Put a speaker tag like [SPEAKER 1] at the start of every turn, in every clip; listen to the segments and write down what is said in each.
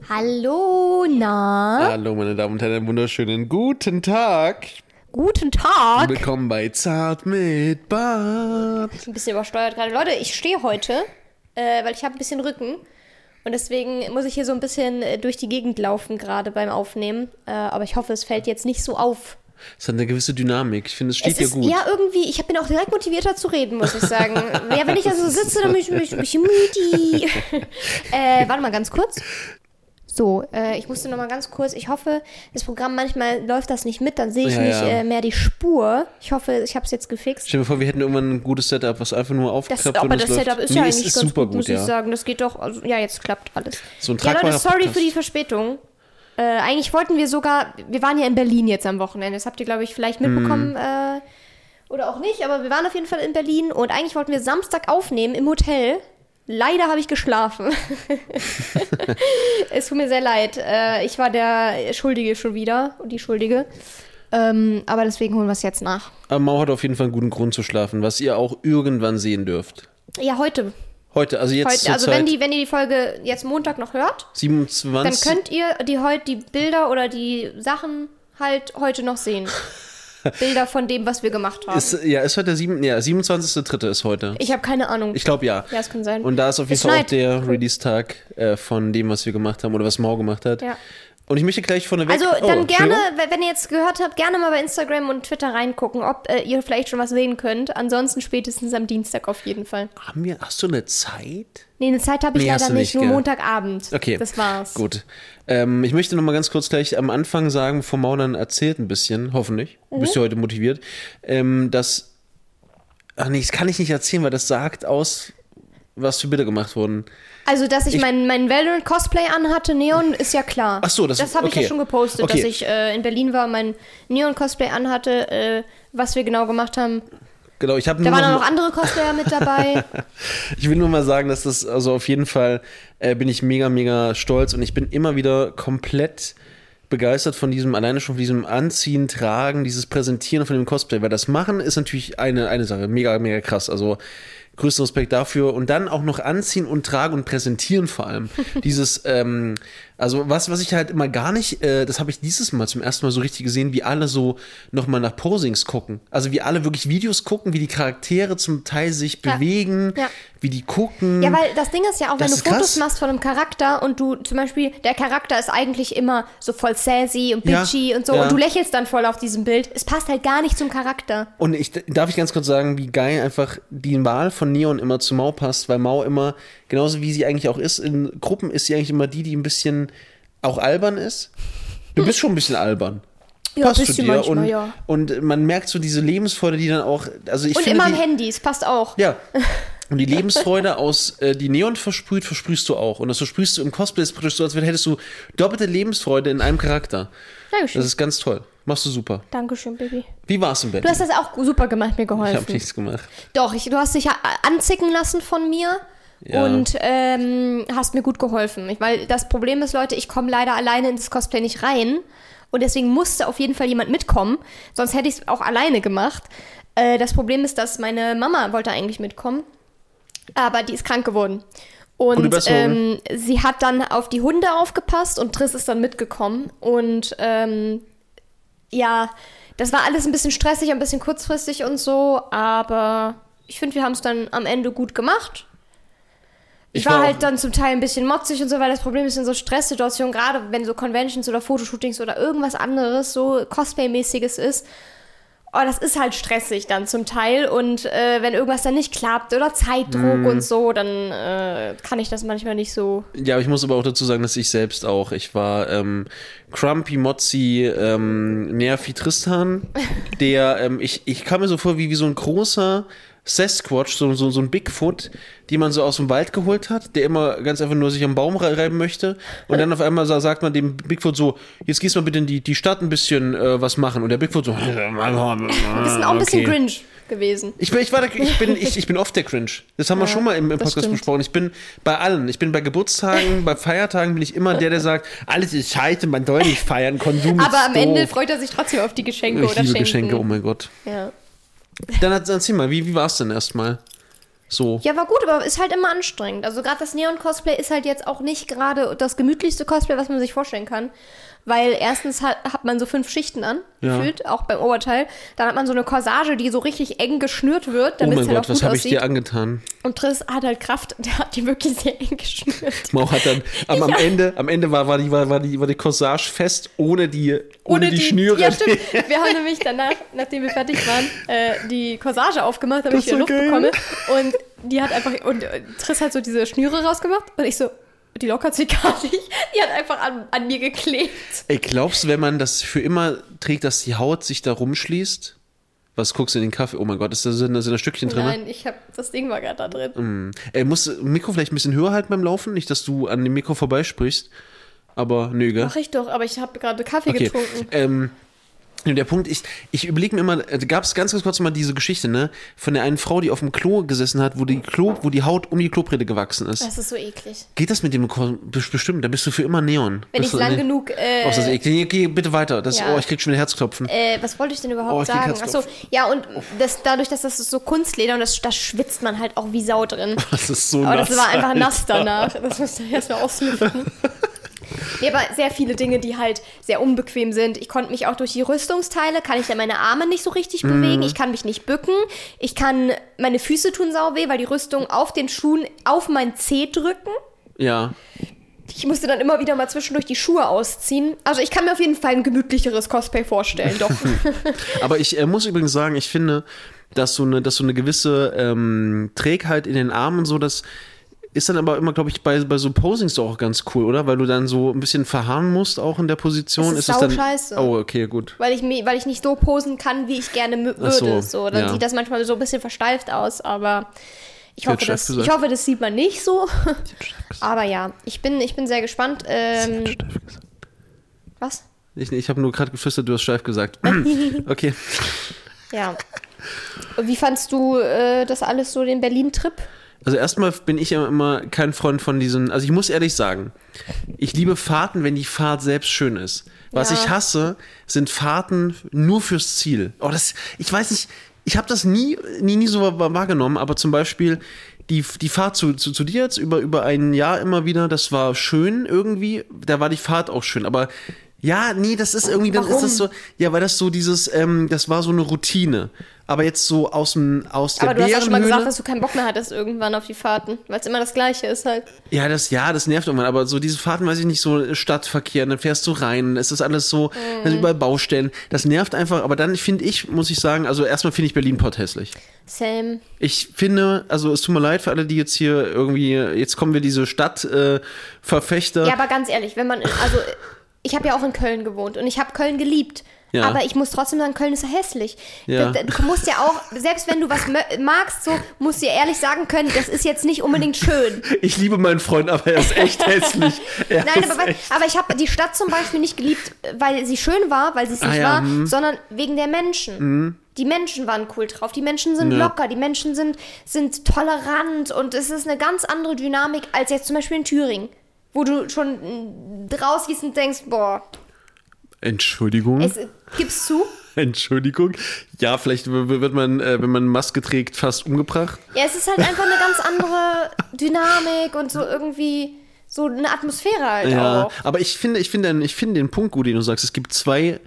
[SPEAKER 1] Hallo, na?
[SPEAKER 2] Hallo, meine Damen und Herren, einen wunderschönen guten Tag.
[SPEAKER 1] Guten Tag.
[SPEAKER 2] Willkommen bei Zart mit Bart.
[SPEAKER 1] Ein bisschen übersteuert gerade. Leute, ich stehe heute, weil ich habe ein bisschen Rücken. Und deswegen muss ich hier so ein bisschen durch die Gegend laufen, gerade beim Aufnehmen. Aber ich hoffe, es fällt jetzt nicht so auf.
[SPEAKER 2] Es hat eine gewisse Dynamik. Ich finde, es steht dir gut.
[SPEAKER 1] Ja, irgendwie, ich bin auch direkt motivierter zu reden, muss ich sagen. Ja, wenn ich da so sitze, dann bin ich ein bisschen müde. Warte mal ganz kurz. So, ich musste noch mal ganz kurz, ich hoffe, das Programm, manchmal läuft das nicht mit, dann sehe ich nicht mehr die Spur. Ich hoffe, ich habe es jetzt gefixt.
[SPEAKER 2] Stell dir vor, wir hätten irgendwann ein gutes Setup, was einfach nur aufklappt und
[SPEAKER 1] aber das Setup ist ja eigentlich ganz
[SPEAKER 2] super
[SPEAKER 1] gut, muss ich sagen. Das geht doch, also, ja, jetzt klappt alles.
[SPEAKER 2] So ein
[SPEAKER 1] ja, Leute, sorry
[SPEAKER 2] Podcast.
[SPEAKER 1] für die Verspätung. Eigentlich wollten wir waren ja in Berlin jetzt am Wochenende, das habt ihr, glaube ich, vielleicht mitbekommen, oder auch nicht, aber wir waren auf jeden Fall in Berlin und eigentlich wollten wir Samstag aufnehmen im Hotel. Leider habe ich geschlafen. Es tut mir sehr leid. Ich war der Schuldige schon wieder und die Schuldige. Aber deswegen holen wir es jetzt nach.
[SPEAKER 2] Aber Mau hat auf jeden Fall einen guten Grund zu schlafen, was ihr auch irgendwann sehen dürft.
[SPEAKER 1] Ja, heute.
[SPEAKER 2] Heute, also jetzt zur
[SPEAKER 1] Also
[SPEAKER 2] Zeit
[SPEAKER 1] wenn ihr die Folge jetzt Montag noch hört,
[SPEAKER 2] 27.
[SPEAKER 1] dann könnt ihr die Bilder oder die Sachen halt heute noch sehen. Bilder von dem, was wir gemacht haben.
[SPEAKER 2] Ist heute der 27.3. ist heute.
[SPEAKER 1] Ich habe keine Ahnung.
[SPEAKER 2] Ich glaube, ja.
[SPEAKER 1] Ja, es kann sein.
[SPEAKER 2] Und da ist auf jeden
[SPEAKER 1] Es
[SPEAKER 2] Fall auch
[SPEAKER 1] schneit.
[SPEAKER 2] der
[SPEAKER 1] Cool.
[SPEAKER 2] Release-Tag von dem, was wir gemacht haben oder was Mau gemacht hat.
[SPEAKER 1] Ja.
[SPEAKER 2] Und ich möchte gleich vorneweg...
[SPEAKER 1] Also dann gerne,
[SPEAKER 2] Entschuldigung.
[SPEAKER 1] wenn ihr jetzt gehört habt, gerne mal bei Instagram und Twitter reingucken, ob ihr vielleicht schon was sehen könnt. Ansonsten spätestens am Dienstag auf jeden Fall.
[SPEAKER 2] Hast du eine Zeit?
[SPEAKER 1] Nee, eine Zeit habe ich
[SPEAKER 2] hast
[SPEAKER 1] leider
[SPEAKER 2] du
[SPEAKER 1] nicht,
[SPEAKER 2] nicht,
[SPEAKER 1] nur
[SPEAKER 2] gell?
[SPEAKER 1] Montagabend.
[SPEAKER 2] Okay.
[SPEAKER 1] Das war's.
[SPEAKER 2] Gut. Ich möchte noch mal ganz kurz gleich am Anfang sagen, bevor Mau dann erzählt ein bisschen, hoffentlich, bist du heute motiviert, dass... Ach nee, das kann ich nicht erzählen, weil das sagt aus, was für Bilder gemacht wurden.
[SPEAKER 1] Also, dass ich mein Valorant-Cosplay anhatte, Neon, ist ja klar.
[SPEAKER 2] Ach so, das
[SPEAKER 1] habe ich ja
[SPEAKER 2] okay.
[SPEAKER 1] schon gepostet,
[SPEAKER 2] Okay.
[SPEAKER 1] dass ich in Berlin war, mein Neon-Cosplay anhatte, was wir genau gemacht haben.
[SPEAKER 2] Genau, ich habe
[SPEAKER 1] Da
[SPEAKER 2] nur
[SPEAKER 1] waren auch noch andere Cosplayer mit dabei.
[SPEAKER 2] Ich will nur mal sagen, dass das, also auf jeden Fall bin ich mega, mega stolz und ich bin immer wieder komplett begeistert von alleine schon von diesem Anziehen, Tragen, dieses Präsentieren von dem Cosplay, weil das Machen ist natürlich eine Sache, mega, mega krass, also größten Respekt dafür und dann auch noch anziehen und tragen und präsentieren vor allem. Dieses, also was ich halt immer gar nicht, das habe ich dieses Mal zum ersten Mal so richtig gesehen, wie alle so nochmal nach Posings gucken. Also wie alle wirklich Videos gucken, wie die Charaktere zum Teil sich bewegen, wie die gucken.
[SPEAKER 1] Ja, weil das Ding ist ja auch, wenn
[SPEAKER 2] Das
[SPEAKER 1] du
[SPEAKER 2] ist
[SPEAKER 1] Fotos
[SPEAKER 2] krass.
[SPEAKER 1] machst von einem Charakter und du zum Beispiel, der Charakter ist eigentlich immer so voll sassy und bitchy und so und du lächelst dann voll auf diesem Bild. Es passt halt gar nicht zum Charakter.
[SPEAKER 2] Und darf ich ganz kurz sagen, wie geil einfach die Wahl von Neon immer zu Mau passt, weil Mau immer, genauso wie sie eigentlich auch ist, in Gruppen ist sie eigentlich immer die ein bisschen auch albern ist. Du bist schon ein bisschen albern.
[SPEAKER 1] Ja,
[SPEAKER 2] Passt
[SPEAKER 1] ein
[SPEAKER 2] zu
[SPEAKER 1] bisschen
[SPEAKER 2] dir.
[SPEAKER 1] manchmal,
[SPEAKER 2] Und man merkt so diese Lebensfreude, die dann auch, also ich
[SPEAKER 1] Und
[SPEAKER 2] finde
[SPEAKER 1] immer am Handy, es passt auch.
[SPEAKER 2] Ja. Und die Lebensfreude die Neon versprühst du auch. Und das versprühst du im Cosplay, ist praktisch so, als hättest du doppelte Lebensfreude in einem Charakter.
[SPEAKER 1] Dankeschön.
[SPEAKER 2] Das ist ganz toll. Machst du super.
[SPEAKER 1] Dankeschön, Baby.
[SPEAKER 2] Wie war's im Bett?
[SPEAKER 1] Du hast das auch super gemacht, mir
[SPEAKER 2] Ich
[SPEAKER 1] geholfen.
[SPEAKER 2] habe nichts gemacht.
[SPEAKER 1] Doch, du hast dich ja anzicken lassen von mir und hast mir gut geholfen. Weil das Problem ist, Leute, ich komme leider alleine in das Cosplay nicht rein und deswegen musste auf jeden Fall jemand mitkommen, sonst hätte ich es auch alleine gemacht. Das Problem ist, dass meine Mama wollte eigentlich mitkommen, aber die ist krank geworden. Und sie hat dann auf die Hunde aufgepasst und Triss ist dann mitgekommen und das war alles ein bisschen stressig, ein bisschen kurzfristig und so, aber ich finde, wir haben es dann am Ende gut gemacht. Ich war halt dann zum Teil ein bisschen motzig und so, weil das Problem ist in so Stresssituationen, gerade wenn so Conventions oder Fotoshootings oder irgendwas anderes so Cosplay-mäßiges ist, das ist halt stressig dann zum Teil und wenn irgendwas dann nicht klappt oder Zeitdruck und so, dann kann ich das manchmal nicht so.
[SPEAKER 2] Ja, aber ich muss aber auch dazu sagen, dass ich selbst auch, ich war Crumpy, Mozzi, Nervi Tristan, der, ich kam mir so vor wie so ein großer Sasquatch, so ein Bigfoot, die man so aus dem Wald geholt hat, der immer ganz einfach nur sich am Baum reiben möchte und dann auf einmal sagt man dem Bigfoot so, jetzt gehst du mal bitte in die Stadt ein bisschen was machen und der Bigfoot so
[SPEAKER 1] Wir sind auch ein bisschen cringe gewesen.
[SPEAKER 2] Ich bin oft der Cringe. Das haben wir schon mal im Podcast besprochen. Ich bin bei allen. Ich bin bei Geburtstagen, bei Feiertagen bin ich immer der sagt, alles ist scheiße, man soll nicht feiern, Konsum ist
[SPEAKER 1] Aber am
[SPEAKER 2] doof.
[SPEAKER 1] Ende freut er sich trotzdem auf die Geschenke
[SPEAKER 2] Ich
[SPEAKER 1] oder
[SPEAKER 2] liebe
[SPEAKER 1] Schenken.
[SPEAKER 2] Geschenke, oh mein Gott.
[SPEAKER 1] Ja.
[SPEAKER 2] Dann erzähl mal, wie war es denn erstmal? So.
[SPEAKER 1] Ja, war gut, aber ist halt immer anstrengend. Also gerade das Neon-Cosplay ist halt jetzt auch nicht gerade das gemütlichste Cosplay, was man sich vorstellen kann. Weil erstens hat man so 5 Schichten an, gefühlt, auch beim Oberteil. Dann hat man so eine Corsage, die so richtig eng geschnürt wird, damit es halt auch gut aussieht.
[SPEAKER 2] Was habe ich dir angetan?
[SPEAKER 1] Und Triss hat halt Kraft, der hat die wirklich sehr eng geschnürt.
[SPEAKER 2] Mauch hat dann, am Ende war die Corsage fest, ohne die Schnüre.
[SPEAKER 1] Ja, stimmt. Wir haben nämlich danach, nachdem wir fertig waren, die Corsage aufgemacht, damit ich wieder Luft bekomme. Und die hat einfach, und Triss hat so diese Schnüre rausgemacht und ich so, die lockert sich gar nicht. Die hat einfach an mir geklebt.
[SPEAKER 2] Ey, glaubst du, wenn man das für immer trägt, dass die Haut sich da rumschließt? Was guckst du in den Kaffee? Oh mein Gott, sind da Stückchen drin?
[SPEAKER 1] Nein, das Ding war gerade da drin.
[SPEAKER 2] Ey, muss Mikro vielleicht ein bisschen höher halten beim Laufen? Nicht, dass du an dem Mikro vorbeisprichst. Aber nö, gell?
[SPEAKER 1] Mach ich doch, aber ich habe gerade Kaffee getrunken.
[SPEAKER 2] Der Punkt ist, ich überlege mir immer, gab es ganz kurz mal diese Geschichte, ne, von der einen Frau, die auf dem Klo gesessen hat, wo die Haut um die Klobrille gewachsen ist.
[SPEAKER 1] Das ist so eklig.
[SPEAKER 2] Geht das mit dem bestimmt? Da bist du für immer Neon.
[SPEAKER 1] Wenn ich lang genug...
[SPEAKER 2] Oh, ist das eklig. Geh bitte weiter.
[SPEAKER 1] Ja.
[SPEAKER 2] Ich krieg schon wieder Herzklopfen.
[SPEAKER 1] Was wollte ich denn überhaupt sagen? Achso, ja, und dadurch, dass das ist so Kunstleder und da schwitzt man halt auch wie Sau drin.
[SPEAKER 2] Das ist so
[SPEAKER 1] nass. Aber
[SPEAKER 2] nass.
[SPEAKER 1] das war einfach nass danach. Das musste ich erstmal auslüften. Ja, aber sehr viele Dinge, die halt sehr unbequem sind. Ich konnte mich auch durch die Rüstungsteile, kann ich ja meine Arme nicht so richtig bewegen. Ich kann mich nicht bücken. Meine Füße tun sau weh, weil die Rüstung auf den Schuhen auf mein Zeh drücken.
[SPEAKER 2] Ja.
[SPEAKER 1] Ich musste dann immer wieder mal zwischendurch die Schuhe ausziehen. Also ich kann mir auf jeden Fall ein gemütlicheres Cosplay vorstellen, doch.
[SPEAKER 2] Aber ich muss übrigens sagen, ich finde, dass so eine gewisse Trägheit in den Armen und so, das ist dann aber immer, glaube ich, bei so Posings auch ganz cool, oder? Weil du dann so ein bisschen verharren musst, auch in der Position.
[SPEAKER 1] Das ist scheiße.
[SPEAKER 2] Oh, okay, gut.
[SPEAKER 1] Weil ich nicht so posen kann, wie ich gerne würde. So, dann sieht das manchmal so ein bisschen versteift aus, aber ich hoffe, das sieht man nicht so. Aber ja, ich bin sehr gespannt. Was?
[SPEAKER 2] Ich habe nur gerade geflüstert, du hast steif gesagt. Okay.
[SPEAKER 1] Ja. Wie fandst du das alles so, den Berlin-Trip?
[SPEAKER 2] Also erstmal bin ich ja immer kein Freund von diesen, also ich muss ehrlich sagen, ich liebe Fahrten, wenn die Fahrt selbst schön ist. Was ich hasse, sind Fahrten nur fürs Ziel. Oh, ich weiß nicht, ich habe das nie so wahrgenommen, aber zum Beispiel die Fahrt zu dir jetzt über ein Jahr immer wieder, das war schön irgendwie, da war die Fahrt auch schön, aber ja, nee, das ist irgendwie, dann ist das so, ja, weil das so dieses, das war so eine Routine. Aber jetzt so aus der Bärenhöhle.
[SPEAKER 1] Aber du hast ja schon mal gesagt, dass du keinen Bock mehr hattest irgendwann auf die Fahrten, weil es immer das Gleiche ist halt.
[SPEAKER 2] Ja, das nervt irgendwann, aber so diese Fahrten, weiß ich nicht, so Stadtverkehr, dann fährst du rein, es ist alles so, dann überall Baustellen, das nervt einfach, aber dann muss ich sagen, also erstmal finde ich Berlin-Pott hässlich.
[SPEAKER 1] Same.
[SPEAKER 2] Ich finde, also es tut mir leid für alle, die jetzt hier irgendwie, jetzt kommen wir diese Stadtverfechter.
[SPEAKER 1] Ja, aber ganz ehrlich, ich habe ja auch in Köln gewohnt und ich habe Köln geliebt. Ja. Aber ich muss trotzdem sagen, Köln ist ja hässlich. Ja. Du musst ja auch, selbst wenn du was magst, so musst du ja ehrlich sagen können, das ist jetzt nicht unbedingt schön.
[SPEAKER 2] Ich liebe meinen Freund, aber er ist echt hässlich.
[SPEAKER 1] Nein, aber ich habe die Stadt zum Beispiel nicht geliebt, weil sie schön war, weil sie es nicht war, sondern wegen der Menschen. Die Menschen waren cool drauf, die Menschen sind locker, die Menschen sind tolerant und es ist eine ganz andere Dynamik als jetzt zum Beispiel in Thüringen, wo du schon rausgehst und denkst, boah.
[SPEAKER 2] Entschuldigung.
[SPEAKER 1] Gib's zu?
[SPEAKER 2] Entschuldigung. Ja, vielleicht wird man, wenn man Maske trägt, fast umgebracht.
[SPEAKER 1] Ja, es ist halt einfach eine ganz andere Dynamik und so irgendwie so eine Atmosphäre halt auch.
[SPEAKER 2] Aber ich finde den Punkt gut, den du sagst. Es gibt zwei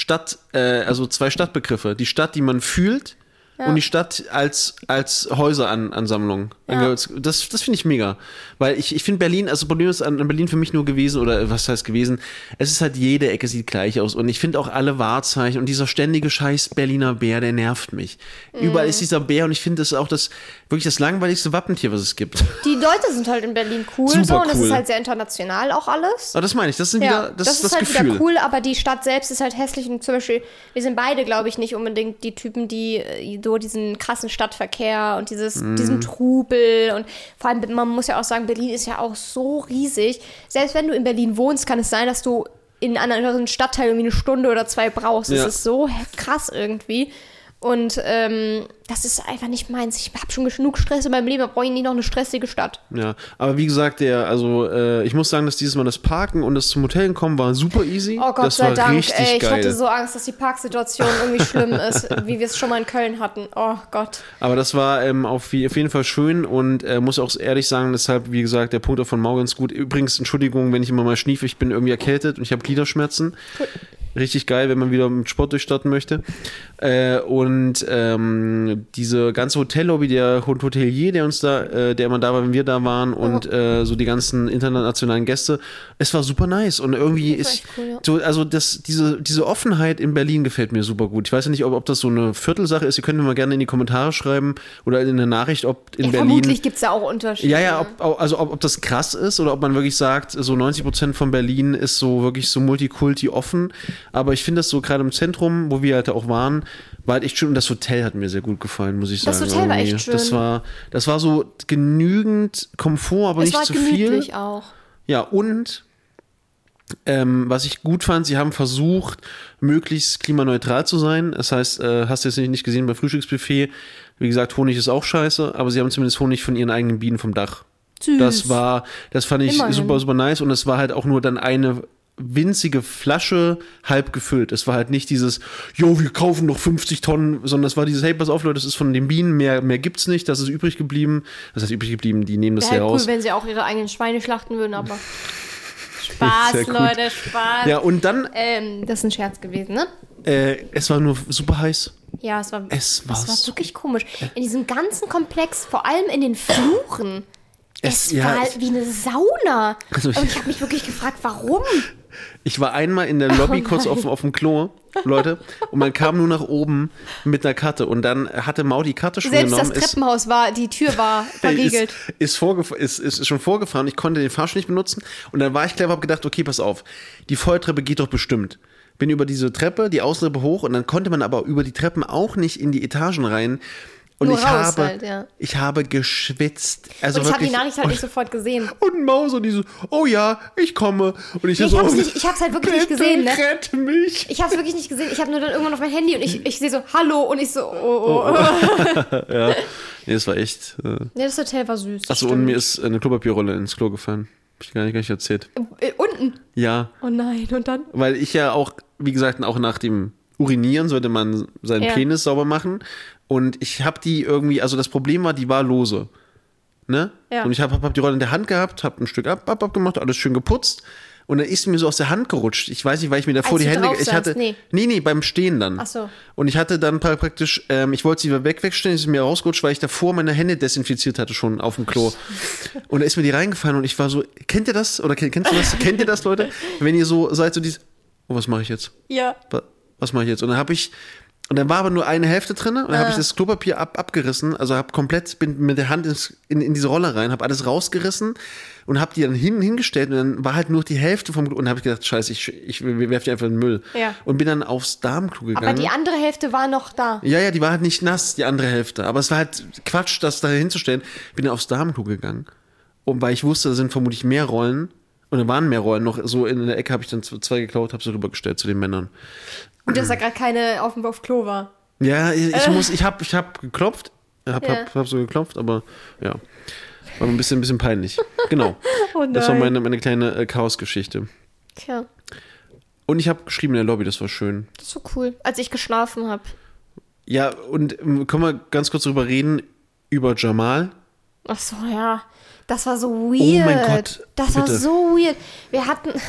[SPEAKER 2] Stadtbegriffe. Die Stadt, die man fühlt, und die Stadt als Häuseransammlung. Ja. Das finde ich mega. Weil ich finde Berlin, also das Problem ist an Berlin für mich nur gewesen, oder was heißt gewesen, es ist halt jede Ecke sieht gleich aus. Und ich finde auch alle Wahrzeichen und dieser ständige scheiß Berliner Bär, der nervt mich. Überall ist dieser Bär und ich finde, das ist auch wirklich das langweiligste Wappentier, was es gibt.
[SPEAKER 1] Die Leute sind halt in Berlin cool.
[SPEAKER 2] Super
[SPEAKER 1] so, und
[SPEAKER 2] cool.
[SPEAKER 1] das ist halt sehr international auch alles.
[SPEAKER 2] Aber das meine ich, das ist das
[SPEAKER 1] halt
[SPEAKER 2] Gefühl.
[SPEAKER 1] Wieder cool, aber die Stadt selbst ist halt hässlich. Und zum Beispiel, wir sind beide, glaube ich, nicht unbedingt die Typen, die so diesen krassen Stadtverkehr und diesen Trubel und vor allem, man muss ja auch sagen, Berlin ist ja auch so riesig. Selbst wenn du in Berlin wohnst, kann es sein, dass du in einem anderen Stadtteil irgendwie 1 Stunde oder 2 brauchst. Das ist so krass irgendwie. Und das ist einfach nicht meins. Ich habe schon genug Stress in meinem Leben, da brauche ich nicht noch eine stressige Stadt.
[SPEAKER 2] Ja, aber wie gesagt, ich muss sagen, dass dieses Mal das Parken und das zum Hotel kommen war super easy.
[SPEAKER 1] Oh Gott
[SPEAKER 2] das
[SPEAKER 1] sei
[SPEAKER 2] war
[SPEAKER 1] Dank,
[SPEAKER 2] richtig
[SPEAKER 1] ich
[SPEAKER 2] geil.
[SPEAKER 1] hatte so Angst, dass die Parksituation irgendwie schlimm ist, wie wir es schon mal in Köln hatten. Oh Gott.
[SPEAKER 2] Aber das war auf jeden Fall schön und muss auch ehrlich sagen, deshalb, wie gesagt, der Punkt auch von Mau ganz gut. Übrigens, Entschuldigung, wenn ich immer mal schniefe, ich bin irgendwie erkältet und ich habe Gliederschmerzen. Cool. Richtig geil, wenn man wieder mit Sport durchstarten möchte. Diese ganze Hotellobby, der Hotelier, der immer da war, wenn wir da waren und so die ganzen internationalen Gäste, es war super nice und irgendwie ist cool, ja. Also diese Offenheit in Berlin gefällt mir super gut. Ich weiß ja nicht, ob das so eine Viertelsache ist. Ihr könnt mir mal gerne in die Kommentare schreiben oder in eine Nachricht, ob in Berlin...
[SPEAKER 1] Vermutlich gibt es ja auch Unterschiede.
[SPEAKER 2] Ja, ob das krass ist oder ob man wirklich sagt, so 90% von Berlin ist so wirklich so multikulti offen. Aber ich finde das so gerade im Zentrum, wo wir halt auch waren, war halt echt schön. Und das Hotel hat mir sehr gut gefallen, muss ich sagen.
[SPEAKER 1] Das Hotel war echt schön.
[SPEAKER 2] Das war so genügend Komfort, aber nicht zu viel. Es war gemütlich
[SPEAKER 1] auch.
[SPEAKER 2] Ja, und was ich gut fand, sie haben versucht, möglichst klimaneutral zu sein. Das heißt, hast du jetzt nicht gesehen beim Frühstücksbuffet, wie gesagt, Honig ist auch scheiße, aber sie haben zumindest Honig von ihren eigenen Bienen vom Dach. Süß. Das fand ich super, super nice und es war halt auch nur dann eine winzige Flasche halb gefüllt. Es war halt nicht dieses, wir kaufen noch 50 Tonnen, sondern es war dieses, hey, pass auf, Leute, das ist von den Bienen, mehr gibt's nicht, das ist übrig geblieben. Das heißt, übrig geblieben, die nehmen das ja raus.
[SPEAKER 1] Cool, wenn sie auch ihre eigenen Schweine schlachten würden, aber Spaß, Leute, Spaß.
[SPEAKER 2] Ja, und dann...
[SPEAKER 1] das ist ein Scherz gewesen, ne?
[SPEAKER 2] Es war nur super heiß.
[SPEAKER 1] Ja, es war wirklich komisch. In diesem ganzen Komplex, vor allem in den Fluren, es war wie eine Sauna. Also und ich habe mich wirklich gefragt, warum?
[SPEAKER 2] Ich war einmal in der Lobby kurz auf dem Klo, Leute, und man kam nur nach oben mit einer Karte und dann hatte Mau die Karte schon genommen.
[SPEAKER 1] Selbst das Treppenhaus die Tür war verriegelt.
[SPEAKER 2] Ist schon vorgefahren, ich konnte den Fahrstuhl nicht benutzen und dann war ich clever, habe gedacht, okay, pass auf, die Feuertreppe geht doch bestimmt. Bin über diese Treppe, die Außentreppe hoch und dann konnte man aber über die Treppen auch nicht in die Etagen rein. Und ich habe geschwitzt. Also
[SPEAKER 1] und ich habe die Nachricht halt nicht sofort gesehen.
[SPEAKER 2] Und Maus und die so, oh ja, ich komme. Und ich
[SPEAKER 1] hab's halt wirklich nicht gesehen, ne?
[SPEAKER 2] Rette mich.
[SPEAKER 1] Ich hab's wirklich nicht gesehen. Ich habe nur dann irgendwann auf mein Handy und ich sehe so, hallo. Und ich so, oh.
[SPEAKER 2] Ja, nee, das war echt...
[SPEAKER 1] Ja, das Hotel war süß.
[SPEAKER 2] Achso, und mir ist eine Klopapierrolle ins Klo gefallen. Hab ich gar nicht erzählt.
[SPEAKER 1] Unten?
[SPEAKER 2] Ja.
[SPEAKER 1] Oh nein, und dann?
[SPEAKER 2] Weil ich ja auch, wie gesagt, auch nach dem Urinieren sollte man seinen Penis sauber machen. Und ich habe die irgendwie, also das Problem war, die war lose. Ne? Ja. Und ich hab die Rolle in der Hand gehabt, hab ein Stück abgemacht, alles schön geputzt. Und dann ist sie mir so aus der Hand gerutscht. Ich weiß nicht, weil ich mir davor die Hände... Nee, beim Stehen dann.
[SPEAKER 1] Ach so.
[SPEAKER 2] Und ich hatte dann praktisch, ich wollte sie wegstellen, ist mir rausgerutscht, weil ich davor meine Hände desinfiziert hatte schon auf dem Klo. Und da ist mir die reingefallen und ich war so, kennt ihr das? Oder kennst du das? Kennt ihr das, Leute? Wenn ihr so seid, so dieses, was mache ich jetzt?
[SPEAKER 1] Ja.
[SPEAKER 2] Was mache ich jetzt? Und dann war aber nur eine Hälfte drin und dann habe ich das Klopapier abgerissen, also bin mit der Hand in diese Rolle rein, habe alles rausgerissen und habe die dann hingestellt und dann war halt nur die Hälfte vom Klo und dann habe ich gedacht, scheiße, ich werfe die einfach in den Müll. Ja. Und bin dann aufs Darmklo gegangen.
[SPEAKER 1] Aber die andere Hälfte war noch da.
[SPEAKER 2] Ja, die war halt nicht nass, die andere Hälfte, aber es war halt Quatsch, das da hinzustellen. Bin dann aufs Darmklo gegangen und weil ich wusste, da sind vermutlich mehr Rollen und da waren mehr Rollen noch, so in der Ecke habe ich dann 2 geklaut, habe sie rübergestellt zu den Männern.
[SPEAKER 1] Und dass da gerade keine auf Klo war.
[SPEAKER 2] Ja, ich hab geklopft. Hab so geklopft, aber ja. War ein bisschen peinlich. Genau.
[SPEAKER 1] Oh nein.
[SPEAKER 2] Das war meine kleine Chaosgeschichte.
[SPEAKER 1] Tja.
[SPEAKER 2] Und ich habe geschrieben in der Lobby, das war schön.
[SPEAKER 1] Das war cool, als ich geschlafen habe.
[SPEAKER 2] Ja, und können wir ganz kurz drüber reden, über Jamal?
[SPEAKER 1] Ach so, ja. Das war so weird.
[SPEAKER 2] Oh mein Gott.
[SPEAKER 1] Das war so weird. Wir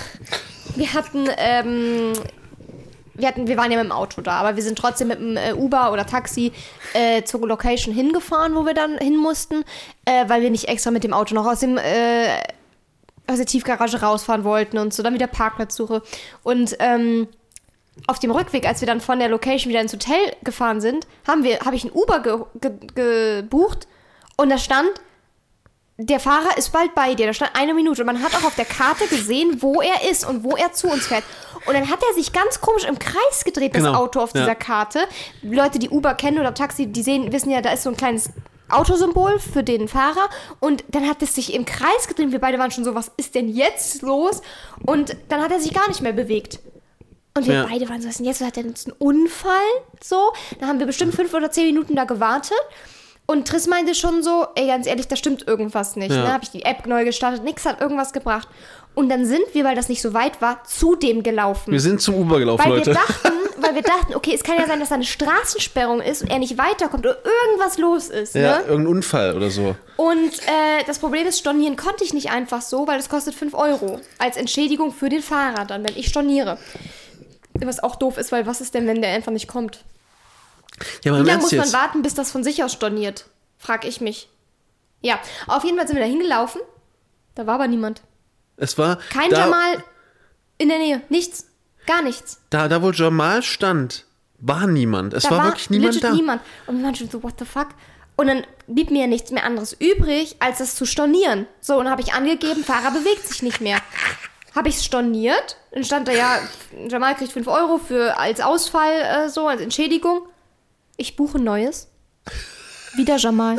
[SPEAKER 1] waren ja mit dem Auto da, aber wir sind trotzdem mit dem Uber oder Taxi zur Location hingefahren, wo wir dann hin mussten, weil wir nicht extra mit dem Auto noch aus der Tiefgarage rausfahren wollten und so, dann wieder Parkplatzsuche. Und auf dem Rückweg, als wir dann von der Location wieder ins Hotel gefahren sind, habe ich ein Uber gebucht und da stand, der Fahrer ist bald bei dir. Da stand 1 Minute und man hat auch auf der Karte gesehen, wo er ist und wo er zu uns fährt. Und dann hat er sich ganz komisch im Kreis gedreht, das Auto auf dieser Karte. Leute, die Uber kennen oder Taxi, die wissen ja, da ist so ein kleines Autosymbol für den Fahrer. Und dann hat es sich im Kreis gedreht. Wir beide waren schon so, was ist denn jetzt los? Und dann hat er sich gar nicht mehr bewegt. Und wir beide waren so, was denn jetzt? Hat er jetzt einen Unfall? So. Dann haben wir bestimmt 5 oder 10 Minuten da gewartet. Und Triss meinte schon so, ey, ganz ehrlich, da stimmt irgendwas nicht. Ja. Ne? Habe ich die App neu gestartet, nichts hat irgendwas gebracht. Und dann sind wir, weil das nicht so weit war, zu dem gelaufen.
[SPEAKER 2] Wir sind zum Uber gelaufen, Leute.
[SPEAKER 1] Weil wir dachten, okay, es kann ja sein, dass da eine Straßensperrung ist und er nicht weiterkommt oder irgendwas los ist.
[SPEAKER 2] Ja,
[SPEAKER 1] ne?
[SPEAKER 2] Irgendein Unfall oder so.
[SPEAKER 1] Und das Problem ist, stornieren konnte ich nicht einfach so, weil das kostet 5 € als Entschädigung für den Fahrer dann, wenn ich storniere. Was auch doof ist, weil was ist denn, wenn der einfach nicht kommt?
[SPEAKER 2] Ja,
[SPEAKER 1] Wie lange muss man warten, bis das von sich aus storniert? Frag ich mich. Ja, auf jeden Fall sind wir da hingelaufen. Da war aber niemand.
[SPEAKER 2] Es war
[SPEAKER 1] kein Jamal in der Nähe. Nichts. Gar nichts.
[SPEAKER 2] Da wo Jamal stand, war niemand. Es war wirklich niemand da.
[SPEAKER 1] Niemand. Und wir waren schon so, what the fuck? Und dann blieb mir ja nichts mehr anderes übrig, als das zu stornieren. So, und dann habe ich angegeben, Fahrer bewegt sich nicht mehr. Habe ich es storniert. Dann stand da ja, Jamal kriegt 5 € als Ausfall, so, als Entschädigung. Ich buche Neues. Wieder Jamal.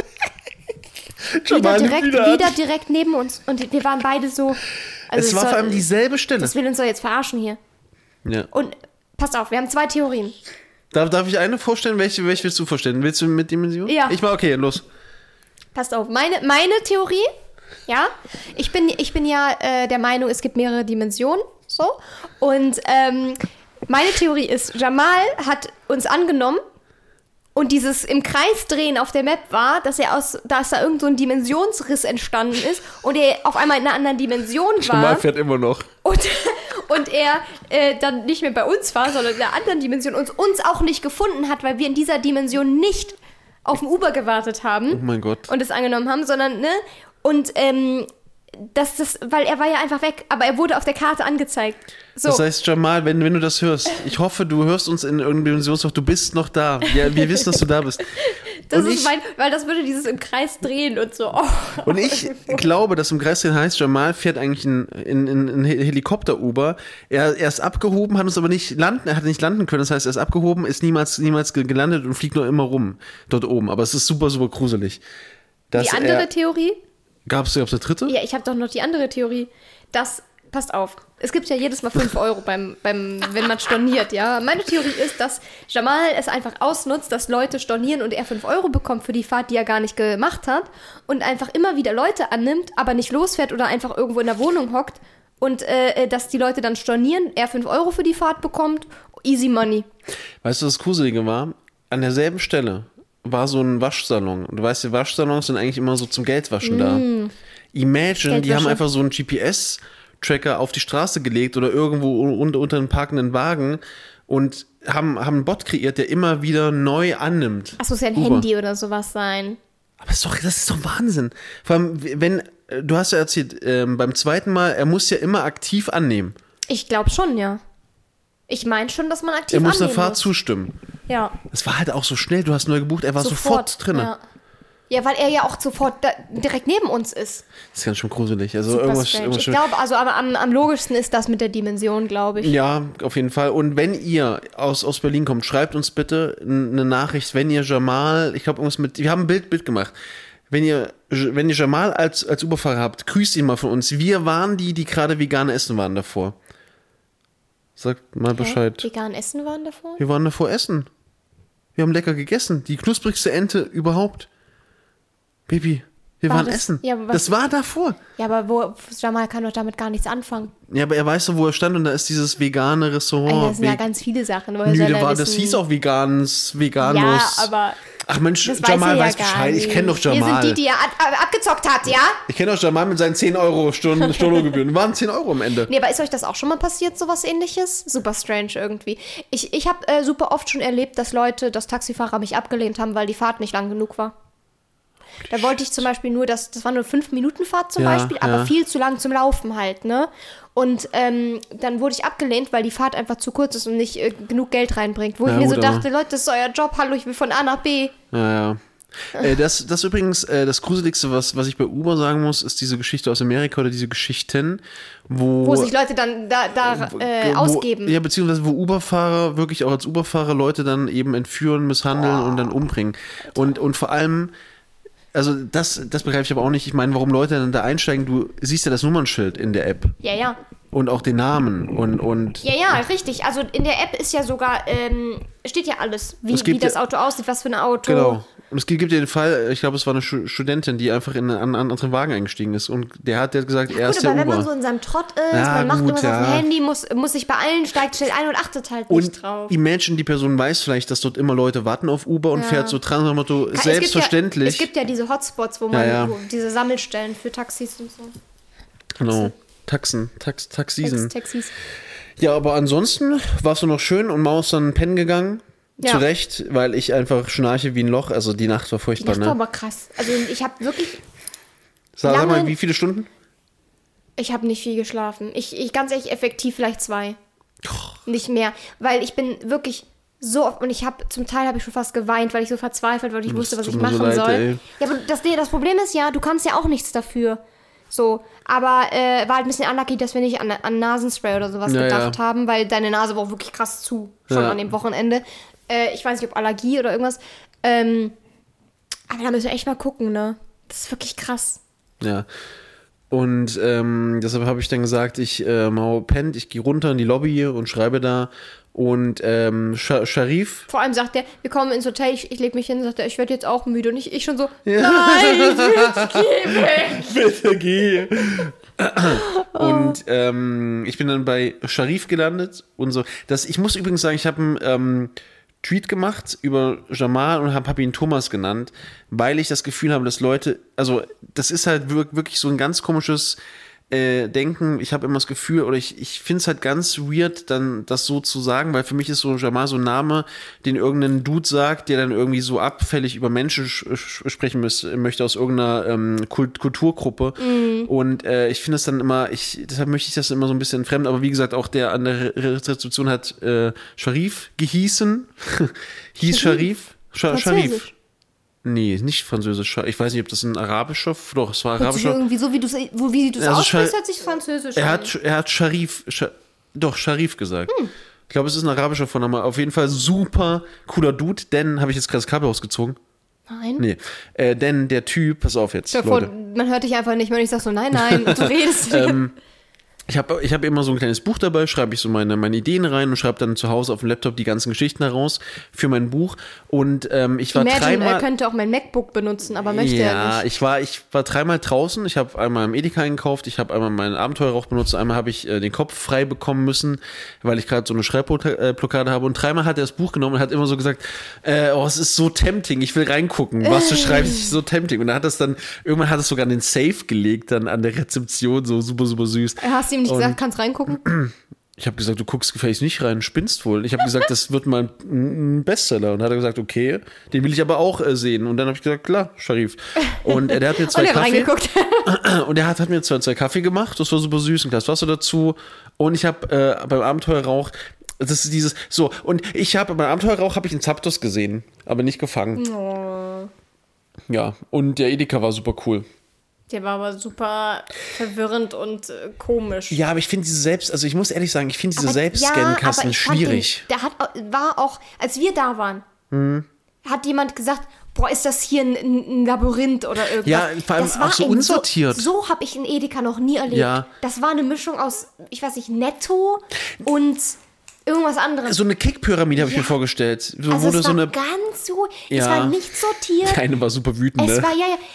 [SPEAKER 1] wieder direkt neben uns. Und wir waren beide so. Also
[SPEAKER 2] es war vor allem dieselbe Stelle.
[SPEAKER 1] Das will uns doch jetzt verarschen hier.
[SPEAKER 2] Ja.
[SPEAKER 1] Und passt auf, wir haben 2 Theorien.
[SPEAKER 2] Darf ich eine vorstellen? Welche willst du vorstellen? Willst du mit Dimension?
[SPEAKER 1] Ja.
[SPEAKER 2] Okay, los.
[SPEAKER 1] Passt auf, meine Theorie, ja, ich bin ja der Meinung, es gibt mehrere Dimensionen, so. Und meine Theorie ist, Jamal hat uns angenommen und dieses im Kreis drehen auf der Map war, dass da irgend so ein Dimensionsriss entstanden ist und er auf einmal in einer anderen Dimension war.
[SPEAKER 2] Jamal fährt immer noch.
[SPEAKER 1] Und er dann nicht mehr bei uns war, sondern in einer anderen Dimension und uns auch nicht gefunden hat, weil wir in dieser Dimension nicht auf den Uber gewartet haben.
[SPEAKER 2] Oh mein Gott.
[SPEAKER 1] Und es angenommen haben, sondern, ne? Und, weil er war ja einfach weg, aber er wurde auf der Karte angezeigt. So.
[SPEAKER 2] Das heißt, Jamal, wenn du das hörst, ich hoffe, du hörst uns in irgendeinem Dimensionsloch, du bist noch da. Ja, wir wissen, dass du da bist.
[SPEAKER 1] Weil das würde dieses im Kreis drehen und so. Oh.
[SPEAKER 2] Und ich glaube, dass im Kreis drehen heißt, Jamal fährt eigentlich in Helikopter-Uber. Er ist abgehoben, hat uns aber nicht landen können. Das heißt, er ist abgehoben, ist niemals gelandet und fliegt nur immer rum dort oben. Aber es ist super, super gruselig.
[SPEAKER 1] Die andere Theorie?
[SPEAKER 2] Gab's eine dritte?
[SPEAKER 1] Ja, ich habe doch noch die andere Theorie. Passt auf, es gibt ja jedes Mal 5 € wenn man storniert, ja. Meine Theorie ist, dass Jamal es einfach ausnutzt, dass Leute stornieren und er 5 € bekommt für die Fahrt, die er gar nicht gemacht hat und einfach immer wieder Leute annimmt, aber nicht losfährt oder einfach irgendwo in der Wohnung hockt und dass die Leute dann stornieren, er 5 € für die Fahrt bekommt, easy money.
[SPEAKER 2] Weißt du, was das Gruselige war? An derselben Stelle war so ein Waschsalon. Und du weißt, die Waschsalons sind eigentlich immer so zum Geldwaschen da. Imagine, die haben einfach so einen GPS-Tracker auf die Straße gelegt oder irgendwo unter einen parkenden Wagen und haben einen Bot kreiert, der immer wieder neu annimmt.
[SPEAKER 1] Achso, es ja ein Handy oder sowas sein.
[SPEAKER 2] Aber das ist doch Wahnsinn. Vor allem, du hast ja erzählt, beim zweiten Mal, er muss ja immer aktiv annehmen.
[SPEAKER 1] Ich glaube schon, ja. Ich meine schon, dass man aktiv
[SPEAKER 2] annehmen muss. Er
[SPEAKER 1] muss
[SPEAKER 2] muss der Fahrt zustimmen.
[SPEAKER 1] Ja.
[SPEAKER 2] Es war halt auch so schnell, du hast neu gebucht, er war sofort drin.
[SPEAKER 1] Ja, weil er ja auch sofort direkt neben uns ist.
[SPEAKER 2] Das ist ganz schön gruselig. Also
[SPEAKER 1] super
[SPEAKER 2] irgendwas
[SPEAKER 1] ich glaube, also aber am logischsten ist das mit der Dimension, glaube ich.
[SPEAKER 2] Ja, auf jeden Fall. Und wenn ihr aus Berlin kommt, schreibt uns bitte eine Nachricht, wenn ihr Jamal, ich glaube irgendwas wir haben ein Bild gemacht. Wenn ihr Jamal als Uberfahrer habt, grüßt ihn mal von uns. Wir waren die gerade vegan essen waren davor. Sagt mal Bescheid.
[SPEAKER 1] Vegan essen waren davor?
[SPEAKER 2] Wir waren davor essen. Wir haben lecker gegessen. Die knusprigste Ente überhaupt. Baby, wir waren essen. Ja, das war davor.
[SPEAKER 1] Ja, aber Jamal kann doch damit gar nichts anfangen.
[SPEAKER 2] Ja, aber er weiß doch, wo er stand und da ist dieses vegane Restaurant.
[SPEAKER 1] Das sind ja ganz viele Sachen.
[SPEAKER 2] Das hieß auch veganus.
[SPEAKER 1] Ja, aber...
[SPEAKER 2] Ach Mensch, Jamal weiß Bescheid. Ich kenne doch Jamal.
[SPEAKER 1] Wir sind die er abgezockt hat, ja?
[SPEAKER 2] Ich kenne doch Jamal mit seinen 10 € Stornogebühren. Waren 10 € am Ende.
[SPEAKER 1] Nee, aber ist euch das auch schon mal passiert, sowas Ähnliches? Super strange irgendwie. Ich habe super oft schon erlebt, dass Taxifahrer mich abgelehnt haben, weil die Fahrt nicht lang genug war. Da wollte ich zum Beispiel das war nur 5-Minuten-Fahrt zum Beispiel, aber viel zu lang zum Laufen halt, ne? Und dann wurde ich abgelehnt, weil die Fahrt einfach zu kurz ist und nicht genug Geld reinbringt. Wo ich mir so dachte, Leute, das ist euer Job, hallo, ich will von A nach B.
[SPEAKER 2] Ja. Das übrigens, das Gruseligste, was ich bei Uber sagen muss, ist diese Geschichte aus Amerika oder diese Geschichten, wo
[SPEAKER 1] sich Leute dann ausgeben.
[SPEAKER 2] Ja, beziehungsweise wo Uberfahrer wirklich auch als Uberfahrer Leute dann eben entführen, misshandeln und dann umbringen. Und vor allem, also das begreife ich aber auch nicht. Ich meine, warum Leute dann da einsteigen, du siehst ja das Nummernschild in der App.
[SPEAKER 1] Ja.
[SPEAKER 2] Und auch den Namen und
[SPEAKER 1] Ja, richtig. Also in der App ist ja sogar, steht ja alles, wie das Auto aussieht, was für ein Auto.
[SPEAKER 2] Genau. Und es gibt ja den Fall, ich glaube, es war eine Studentin, die einfach in einen anderen Wagen eingestiegen ist. Und der hat gesagt, er ist der Uber.
[SPEAKER 1] Wenn man so in seinem Trott ist, man macht irgendwas auf dem Handy, muss sich beeilen, steigt schnell ein und achtet halt nicht drauf.
[SPEAKER 2] Und imagine, die Person weiß vielleicht, dass dort immer Leute warten auf Uber und fährt so dran, nach dem Motto, selbstverständlich.
[SPEAKER 1] Es gibt ja diese Hotspots, wo man diese Sammelstellen für Taxis und so.
[SPEAKER 2] Genau. Taxisen. Ja, aber ansonsten warst du noch schön und Maus dann pennen gegangen. Ja. Zu Recht, weil ich einfach schnarche wie ein Loch. Also die Nacht war furchtbar,
[SPEAKER 1] Die Nacht war aber krass. Also ich habe wirklich
[SPEAKER 2] Sag mal, wie viele Stunden?
[SPEAKER 1] Ich habe nicht viel geschlafen. Ich ganz ehrlich, effektiv vielleicht 2. Nicht mehr. Weil ich bin wirklich so oft, und zum Teil habe ich schon fast geweint, weil ich so verzweifelt war und ich wusste, was ich machen soll. Ey. Ja, aber das Problem ist ja, du kannst ja auch nichts dafür. So, aber war halt ein bisschen unlucky, dass wir nicht an Nasenspray oder sowas gedacht haben, weil deine Nase war auch wirklich krass zu, schon an dem Wochenende. Ich weiß nicht, ob Allergie oder irgendwas. Aber da müssen wir echt mal gucken, ne? Das ist wirklich krass.
[SPEAKER 2] Ja. Und deshalb habe ich dann gesagt, Mau pennt, ich gehe runter in die Lobby und schreibe da. Und Sharif.
[SPEAKER 1] Vor allem sagt er, wir kommen ins Hotel, ich lege mich hin, sagt er, ich werde jetzt auch müde. Und ich schon so, nein, ich will weg.
[SPEAKER 2] Bitte geh. Und ich bin dann bei Sharif gelandet und so. Ich muss übrigens sagen, ich habe einen Tweet gemacht über Jamal und habe ihn Thomas genannt, weil ich das Gefühl habe, dass Leute, also das ist halt wirklich so ein ganz komisches Denken. Ich habe immer das Gefühl, oder ich finde es halt ganz weird, dann das so zu sagen, weil für mich ist so Jamal so ein Name, den irgendein Dude sagt, der dann irgendwie so abfällig über Menschen sprechen möchte aus irgendeiner Kulturgruppe. Und ich finde es dann immer, deshalb möchte ich das immer so ein bisschen entfremden, aber wie gesagt, auch der an der Rezeption hat Sharif gehießen. Hieß Sharif? Sharif. Nee, nicht französisch. Ich weiß nicht, ob das ein arabischer, doch, es war arabischer.
[SPEAKER 1] Irgendwie so, wie du es aussprichst, hört sich französisch an.
[SPEAKER 2] Er hat Sharif gesagt. Ich glaube, es ist ein arabischer Vorname. Auf jeden Fall super cooler Dude, denn, habe ich jetzt gerade das Kabel ausgezogen?
[SPEAKER 1] Nein.
[SPEAKER 2] Nee, denn der Typ, pass auf jetzt, Leute.
[SPEAKER 1] Man hört dich einfach nicht mehr und ich sag so, nein, du redest.
[SPEAKER 2] Ich hab immer so ein kleines Buch dabei, schreibe ich so meine Ideen rein und schreibe dann zu Hause auf dem Laptop die ganzen Geschichten heraus für mein Buch. Und ich war dreimal...
[SPEAKER 1] Er könnte auch mein MacBook benutzen, aber möchte er nicht.
[SPEAKER 2] Ja, ich war dreimal draußen. Ich habe einmal im Edeka eingekauft, ich habe einmal meinen Abenteuerrauch benutzt, einmal habe ich den Kopf frei bekommen müssen, weil ich gerade so eine Schreibblockade habe. Und dreimal hat er das Buch genommen und hat immer so gesagt, es ist so tempting, ich will reingucken, was du schreibst, ist so tempting. Und irgendwann hat es sogar in den Safe gelegt, dann an der Rezeption, so super, super süß.
[SPEAKER 1] Hast du ihm nicht gesagt, kannst reingucken?
[SPEAKER 2] Ich habe gesagt, du guckst gefälligst nicht rein, spinnst wohl. Ich habe gesagt, das wird mal ein Bestseller. Und dann hat er gesagt, okay, den will ich aber auch sehen. Und dann habe ich gesagt, klar, Sharif. Und der hat mir zwei Kaffee. Und er hat mir zwei Kaffee gemacht. Das war super süß, ein Glas Wasser dazu. Und ich habe beim Abenteuerrauch, das ist dieses, so, und beim Abenteuerrauch habe ich einen Zapdos gesehen, aber nicht gefangen.
[SPEAKER 1] Oh.
[SPEAKER 2] Ja, und der Edeka war super cool.
[SPEAKER 1] Der war aber super verwirrend und komisch.
[SPEAKER 2] Ja, aber ich finde ich muss ehrlich sagen, ich finde diese Selbstscan-Kassen schwierig.
[SPEAKER 1] War auch, als wir da waren, hat jemand gesagt, boah, ist das hier ein Labyrinth oder irgendwas.
[SPEAKER 2] Ja, vor allem auch so unsortiert.
[SPEAKER 1] So habe ich in Edeka noch nie erlebt. Ja. Das war eine Mischung aus, ich weiß nicht, Netto und irgendwas anderes.
[SPEAKER 2] So eine Kickpyramide habe ich mir vorgestellt. So,
[SPEAKER 1] also es war
[SPEAKER 2] es
[SPEAKER 1] war nicht sortiert.
[SPEAKER 2] Deine war super wütend,
[SPEAKER 1] Es war,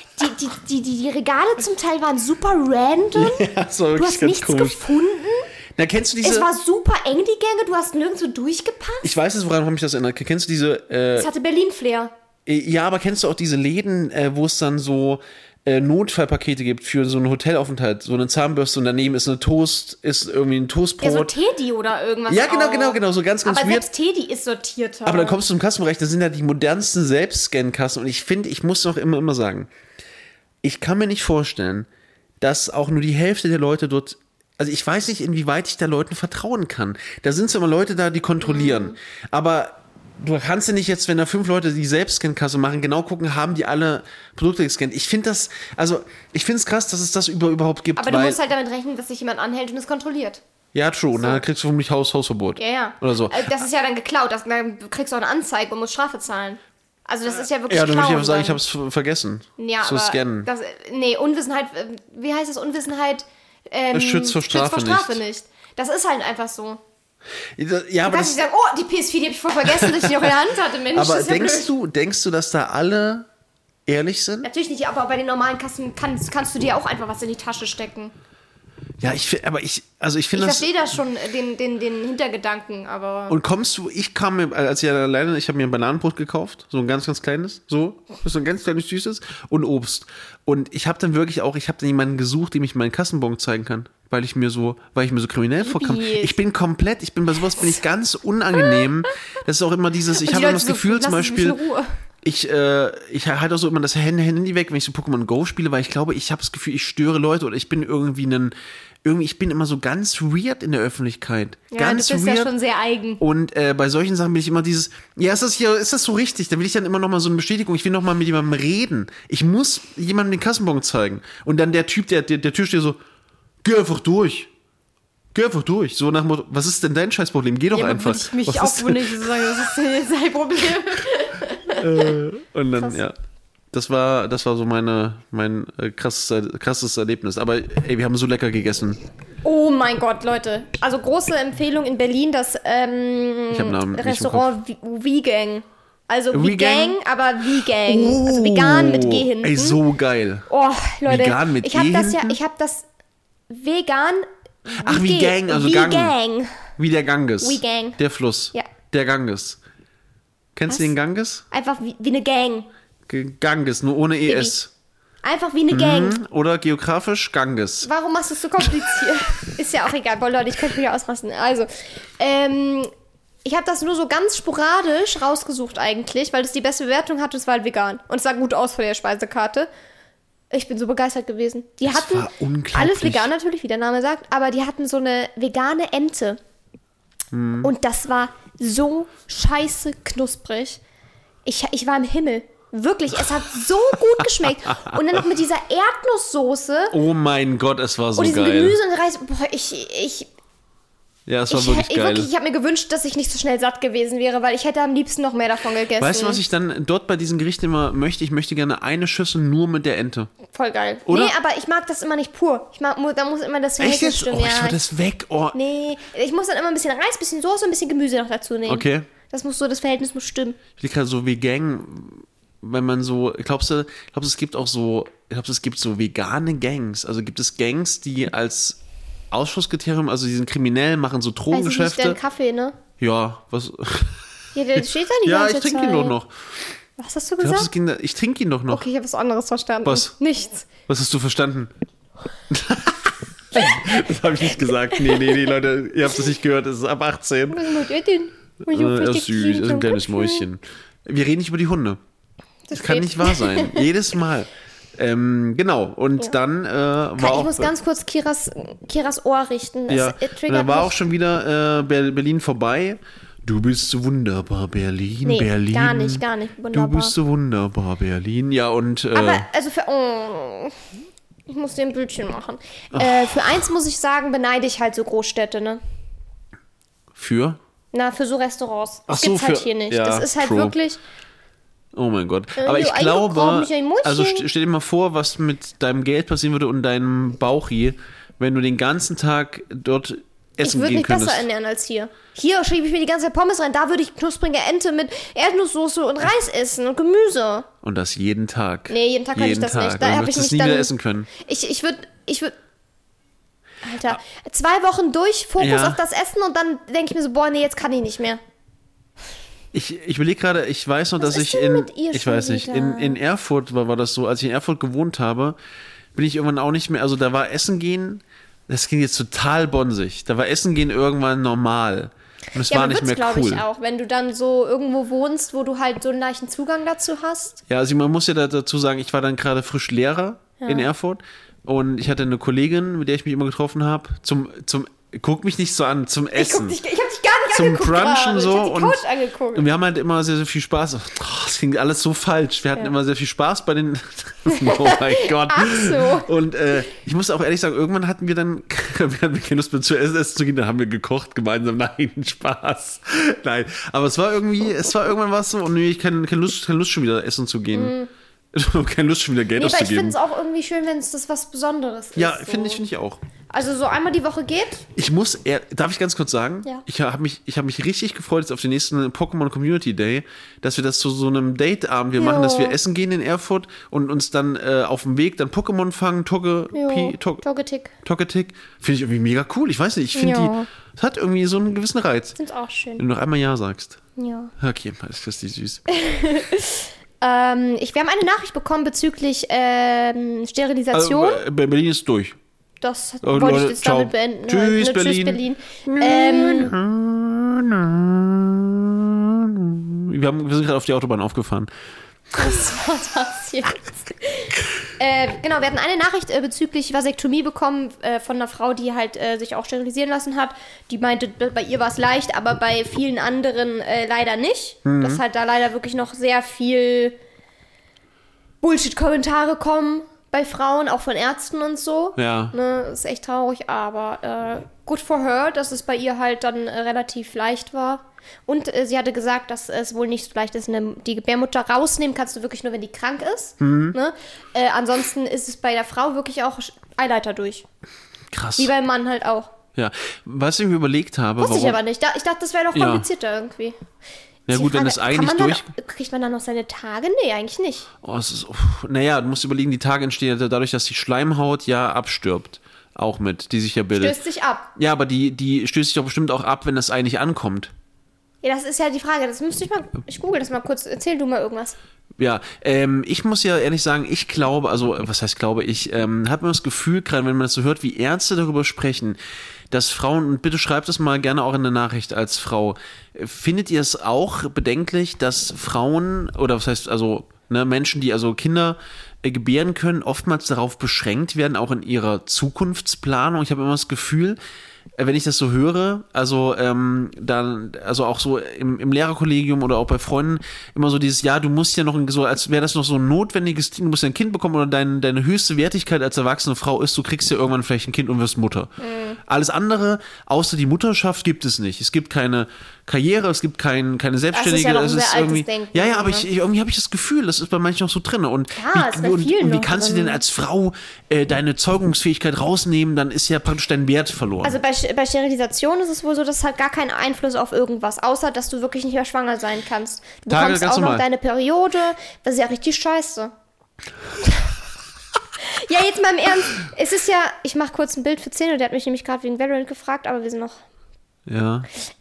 [SPEAKER 1] die Regale zum Teil waren super random.
[SPEAKER 2] Ja, so
[SPEAKER 1] du hast nichts gefunden.
[SPEAKER 2] Na, kennst du diese...
[SPEAKER 1] Es war super eng, die Gänge, du hast nirgendwo durchgepasst.
[SPEAKER 2] Ich weiß jetzt, woran mich das erinnert. Kennst du diese...
[SPEAKER 1] Es hatte Berlin-Flair.
[SPEAKER 2] Ja, aber kennst du auch diese Läden, wo es dann so Notfallpakete gibt für so einen Hotelaufenthalt, so eine Zahnbürste und daneben ist irgendwie ein Toastbrot.
[SPEAKER 1] Ja, so Teddy oder irgendwas.
[SPEAKER 2] Ja, genau, so ganz
[SPEAKER 1] aber
[SPEAKER 2] weird.
[SPEAKER 1] Selbst Teddy ist sortierter.
[SPEAKER 2] Aber dann kommst du zum Kassenbereich, da sind ja die modernsten Selbstscan-Kassen und ich finde, ich muss noch immer sagen, ich kann mir nicht vorstellen, dass auch nur die Hälfte der Leute dort, also ich weiß nicht, inwieweit ich da Leuten vertrauen kann. Da sind zwar immer Leute da, die kontrollieren, aber du kannst ja nicht jetzt, wenn da 5 Leute die Selbstscan-Kasse machen, genau gucken, haben die alle Produkte gescannt. Ich finde es krass, dass es das überhaupt gibt.
[SPEAKER 1] Aber du musst halt damit rechnen, dass sich jemand anhält und es kontrolliert.
[SPEAKER 2] Ja, true. So. Dann kriegst du vermutlich Hausverbot.
[SPEAKER 1] Ja.
[SPEAKER 2] Oder so.
[SPEAKER 1] Das ist ja dann geklaut. Dann kriegst du auch eine Anzeige und musst Strafe zahlen. Also das ist ja wirklich
[SPEAKER 2] dann würde ich einfach sagen, ich habe es vergessen.
[SPEAKER 1] Ja,
[SPEAKER 2] zu
[SPEAKER 1] aber
[SPEAKER 2] scannen.
[SPEAKER 1] Unwissenheit, wie heißt das? Unwissenheit
[SPEAKER 2] schützt vor Strafe
[SPEAKER 1] nicht. Das ist halt einfach so.
[SPEAKER 2] Ja, aber
[SPEAKER 1] kannst du sagen, oh, die PS4, die habe ich voll vergessen, dass ich die noch in der Hand hatte. Mensch,
[SPEAKER 2] aber
[SPEAKER 1] das ist
[SPEAKER 2] denkst du, dass da alle ehrlich sind?
[SPEAKER 1] Natürlich nicht, aber bei den normalen Kassen kannst du dir auch einfach was in die Tasche stecken.
[SPEAKER 2] Ja, ich finde das...
[SPEAKER 1] Ich verstehe das schon, den Hintergedanken, aber...
[SPEAKER 2] Und ich habe mir ein Bananenbrot gekauft, so ein ganz, ganz kleines, so ein ganz kleines Süßes und Obst. Und ich habe dann jemanden gesucht, dem ich meinen Kassenbon zeigen kann, weil ich mir so kriminell vorkam. Bei sowas bin ich ganz unangenehm. Das ist auch immer dieses, ich habe immer das Gefühl zum Beispiel... Ich halte auch so immer das Handy weg, wenn ich so Pokémon Go spiele, weil ich glaube, ich habe das Gefühl, ich störe Leute oder ich bin ich bin immer so ganz weird in der Öffentlichkeit.
[SPEAKER 1] Ja,
[SPEAKER 2] ganz
[SPEAKER 1] du bist
[SPEAKER 2] weird.
[SPEAKER 1] Ja schon sehr eigen.
[SPEAKER 2] Und bei solchen Sachen bin ich immer ist das so richtig? Da will ich dann immer noch mal so eine Bestätigung, ich will noch mal mit jemandem reden. Ich muss jemandem den Kassenbon zeigen. Und dann der Typ, der Türsteher so, geh einfach durch. So nach dem Motto, was ist denn dein Scheißproblem? Geh doch einfach.
[SPEAKER 1] Ich mich auch wohl nicht so sagen, das ist jetzt sein Problem.
[SPEAKER 2] Und dann, krass. Ja. Das war so mein krasses Erlebnis. Aber ey, wir haben so lecker gegessen.
[SPEAKER 1] Oh mein Gott, Leute. Also große Empfehlung in Berlin, das Restaurant Vegan. Also Vegan, aber Vegan. Oh, also vegan mit G hinten.
[SPEAKER 2] Ey, so geil.
[SPEAKER 1] Oh, Leute.
[SPEAKER 2] Vegan mit G hinten?
[SPEAKER 1] Ich habe das vegan.
[SPEAKER 2] Ach, wie Gang, also Gang. Wie der Ganges.
[SPEAKER 1] Wie Gang.
[SPEAKER 2] Der Fluss.
[SPEAKER 1] Ja.
[SPEAKER 2] Der Ganges. Kennst du den Ganges?
[SPEAKER 1] Einfach wie eine Gang.
[SPEAKER 2] Ganges, nur ohne ES.
[SPEAKER 1] Einfach wie eine Gang.
[SPEAKER 2] Oder geografisch Ganges.
[SPEAKER 1] Warum machst du es so kompliziert? Ist ja auch egal. Boah, Leute, ich könnte mich ja ausrasten. Also, ich habe das nur so ganz sporadisch rausgesucht eigentlich, weil es die beste Bewertung hatte, es war halt vegan. Und es sah gut aus von der Speisekarte. Ich bin so begeistert gewesen. Die hatten alles vegan natürlich, wie der Name sagt, aber die hatten so eine vegane Ente. Und das war so scheiße knusprig. Ich war im Himmel. Wirklich, es hat so gut geschmeckt. Und dann noch mit dieser Erdnusssoße.
[SPEAKER 2] Oh mein Gott, es war so geil.
[SPEAKER 1] Und diesem Gemüse und Reis. Boah,
[SPEAKER 2] ja, es war wirklich geil.
[SPEAKER 1] Ich habe mir gewünscht, dass ich nicht so schnell satt gewesen wäre, weil ich hätte am liebsten noch mehr davon gegessen.
[SPEAKER 2] Weißt du, was ich dann dort bei diesen Gerichten immer möchte? Ich möchte gerne eine Schüssel nur mit der Ente.
[SPEAKER 1] Voll geil.
[SPEAKER 2] Oder?
[SPEAKER 1] Nee, aber ich mag das immer nicht pur. Da muss immer das
[SPEAKER 2] Verhältnis stimmen. Ich will das weg. Oh.
[SPEAKER 1] Nee, ich muss dann immer ein bisschen Reis, ein bisschen Soße und ein bisschen Gemüse noch dazu nehmen.
[SPEAKER 2] Okay.
[SPEAKER 1] Das Verhältnis muss stimmen.
[SPEAKER 2] Ich denke gerade so vegan, wenn man so, glaubst du, es gibt so vegane Gangs. Also gibt es Gangs, die als Ausschlusskriterium, also die sind kriminell, machen so Drogengeschäfte.
[SPEAKER 1] Also nicht Kaffee, ne?
[SPEAKER 2] Ja, was?
[SPEAKER 1] Ja, der steht da die ganze Zeit.
[SPEAKER 2] Ja, ich trinke ihn doch noch.
[SPEAKER 1] Was hast du gesagt?
[SPEAKER 2] Ich trinke ihn doch noch.
[SPEAKER 1] Okay, ich habe was anderes verstanden.
[SPEAKER 2] Was?
[SPEAKER 1] Nichts.
[SPEAKER 2] Was hast du verstanden? Das habe ich nicht gesagt. Nee, Leute, ihr habt es nicht gehört, es ist ab 18.
[SPEAKER 1] Was macht ihr denn?
[SPEAKER 2] Er ist süß, er ist ein kleines Mäuschen. Wir reden nicht über die Hunde. Das kann nicht wahr sein. Jedes Mal. Genau, und dann
[SPEAKER 1] ich muss ganz kurz Kiras Ohr richten.
[SPEAKER 2] Das und dann war auch schon wieder Berlin vorbei. Du bist so wunderbar, Berlin,
[SPEAKER 1] nee,
[SPEAKER 2] Berlin.
[SPEAKER 1] Gar nicht wunderbar.
[SPEAKER 2] Du bist so wunderbar, Berlin. Ja, und...
[SPEAKER 1] Aber, also ich muss dir ein Bildchen machen. Für eins muss ich sagen, beneide ich halt so Großstädte, ne?
[SPEAKER 2] Für?
[SPEAKER 1] Na, für so Restaurants. Das
[SPEAKER 2] gibt's
[SPEAKER 1] halt hier nicht.
[SPEAKER 2] Ja,
[SPEAKER 1] das ist halt wirklich...
[SPEAKER 2] Oh mein Gott. Aber ich glaube, also stell dir mal vor, was mit deinem Geld passieren würde und deinem Bauchi, wenn du den ganzen Tag dort essen gehen könntest. Ich würde mich besser
[SPEAKER 1] ernähren als hier. Hier schiebe ich mir die ganze Zeit Pommes rein, da würde ich knusprige Ente mit Erdnusssoße und Reis essen und Gemüse.
[SPEAKER 2] Und das jeden Tag.
[SPEAKER 1] Nee, jeden Tag kann ich das nicht.
[SPEAKER 2] Da habe ich nicht nie wieder essen können.
[SPEAKER 1] Ich würde Alter, 2 Wochen durch, Fokus auf das Essen und dann denke ich mir so, boah, nee, jetzt kann ich nicht mehr.
[SPEAKER 2] Ich überlege gerade, ich weiß noch, dass ich in Erfurt war das so, als ich in Erfurt gewohnt habe, bin ich irgendwann auch nicht mehr, also da war Essen gehen, das ging jetzt total bonsig, da war Essen gehen irgendwann normal und es war nicht mehr cool.
[SPEAKER 1] Glaube ich auch, wenn du dann so irgendwo wohnst, wo du halt so einen leichten Zugang dazu hast.
[SPEAKER 2] Ja, also man muss ja dazu sagen, ich war dann gerade frisch Lehrer in Erfurt und ich hatte eine Kollegin, mit der ich mich immer getroffen habe, guck mich nicht so an, zum Essen.
[SPEAKER 1] Ich hab dich gar nicht
[SPEAKER 2] zum
[SPEAKER 1] angeguckt.
[SPEAKER 2] Brunchen so.
[SPEAKER 1] Ich hab die Couch angeguckt.
[SPEAKER 2] Und wir haben halt immer sehr, sehr viel Spaß. Es ging alles so falsch. Wir hatten immer sehr viel Spaß bei den. Oh mein Gott.
[SPEAKER 1] Ach so.
[SPEAKER 2] Und ich muss auch ehrlich sagen, irgendwann hatten wir keine Lust mehr zu essen zu gehen. Dann haben wir gekocht gemeinsam. Nein, Spaß. Nein. Aber es war irgendwann was so, und nee, ich keine Lust schon wieder essen zu gehen. Ich habe keine Lust, schon wieder Geld
[SPEAKER 1] aber ich finde
[SPEAKER 2] auszugeben.
[SPEAKER 1] es auch irgendwie schön, wenn es das was Besonderes ist.
[SPEAKER 2] Ja,
[SPEAKER 1] so.
[SPEAKER 2] finde ich auch.
[SPEAKER 1] Also so einmal die Woche geht.
[SPEAKER 2] Darf ich ganz kurz sagen?
[SPEAKER 1] Ja.
[SPEAKER 2] Ich habe mich richtig gefreut jetzt auf den nächsten Pokémon Community Day, dass wir das zu so einem Dateabend machen, dass wir essen gehen in Erfurt und uns dann auf dem Weg dann Pokémon fangen,
[SPEAKER 1] Togetic.
[SPEAKER 2] Togetic. Finde ich irgendwie mega cool. Ich weiß nicht, ich finde das hat irgendwie so einen gewissen Reiz.
[SPEAKER 1] Find's auch schön.
[SPEAKER 2] Wenn du noch einmal Ja sagst.
[SPEAKER 1] Ja.
[SPEAKER 2] Okay, das ist die süß.
[SPEAKER 1] Wir haben eine Nachricht bekommen bezüglich Sterilisation.
[SPEAKER 2] Also, Berlin ist durch.
[SPEAKER 1] Das wollte ich jetzt damit beenden.
[SPEAKER 2] Tschüss,
[SPEAKER 1] Berlin.
[SPEAKER 2] Berlin. Wir sind gerade auf die Autobahn aufgefahren.
[SPEAKER 1] Was war das jetzt? Genau, wir hatten eine Nachricht bezüglich Vasektomie bekommen von einer Frau, die halt sich auch sterilisieren lassen hat. Die meinte, bei ihr war es leicht, aber bei vielen anderen leider nicht. Dass halt da leider wirklich noch sehr viel Bullshit-Kommentare kommen bei Frauen, auch von Ärzten und so.
[SPEAKER 2] Ja.
[SPEAKER 1] Ne, ist echt traurig, aber good for her, dass es bei ihr halt dann relativ leicht war. Und sie hatte gesagt, dass es wohl nicht so leicht ist, die Gebärmutter rausnehmen kannst du wirklich nur, wenn die krank ist. Ne? Ansonsten ist es bei der Frau wirklich auch Eileiter durch.
[SPEAKER 2] Krass.
[SPEAKER 1] Wie beim Mann halt auch.
[SPEAKER 2] Ja, was ich mir überlegt habe,
[SPEAKER 1] Wusste ich aber nicht. Ich dachte, das wäre doch komplizierter irgendwie.
[SPEAKER 2] Ja gut, wenn es eigentlich
[SPEAKER 1] kriegt man dann noch seine Tage? Nee, eigentlich nicht.
[SPEAKER 2] Naja, du musst überlegen, die Tage entstehen dadurch, dass die Schleimhaut ja abstirbt. Auch mit, die sich ja bildet.
[SPEAKER 1] Stößt sich ab.
[SPEAKER 2] Ja, aber die stößt sich doch bestimmt auch ab, wenn das Ei nicht ankommt.
[SPEAKER 1] Ja, das ist ja die Frage. Das müsste ich google das mal kurz. Erzähl du mal irgendwas.
[SPEAKER 2] Ja, ich muss ja ehrlich sagen, ich glaube, also was heißt glaube ich, habe mir das Gefühl, gerade wenn man das so hört, wie Ärzte darüber sprechen, dass Frauen, und bitte schreibt es mal gerne auch in der Nachricht als Frau, findet ihr es auch bedenklich, dass Frauen, oder was heißt also Menschen, die also Kinder gebären können, oftmals darauf beschränkt werden, auch in ihrer Zukunftsplanung? Ich habe immer das Gefühl, wenn ich das so höre, also also auch so im Lehrerkollegium oder auch bei Freunden immer so dieses, ja, du musst ja noch so, als wäre das noch so ein notwendiges Ding, du musst ja ein Kind bekommen oder deine höchste Wertigkeit als erwachsene Frau ist, du kriegst ja irgendwann vielleicht ein Kind und wirst Mutter. Alles andere, außer die Mutterschaft, gibt es nicht. Es gibt keine Karriere, es gibt keine Selbstständige.
[SPEAKER 1] Das ist ja noch ein sehr altes Denken.
[SPEAKER 2] Ja, aber irgendwie habe ich das Gefühl, das ist bei manchen noch so drin. Und wie kannst du denn als Frau deine Zeugungsfähigkeit rausnehmen, dann ist ja praktisch dein Wert verloren.
[SPEAKER 1] Also bei Sterilisation ist es wohl so, dass es halt gar keinen Einfluss auf irgendwas, außer dass du wirklich nicht mehr schwanger sein kannst. Du bekommst auch noch deine Periode, das ist ja richtig scheiße. Ja, jetzt mal im Ernst, es ist ja, ich mache kurz ein Bild für 10, der hat mich nämlich gerade wegen Valorant gefragt, aber wir sind noch...
[SPEAKER 2] Ja.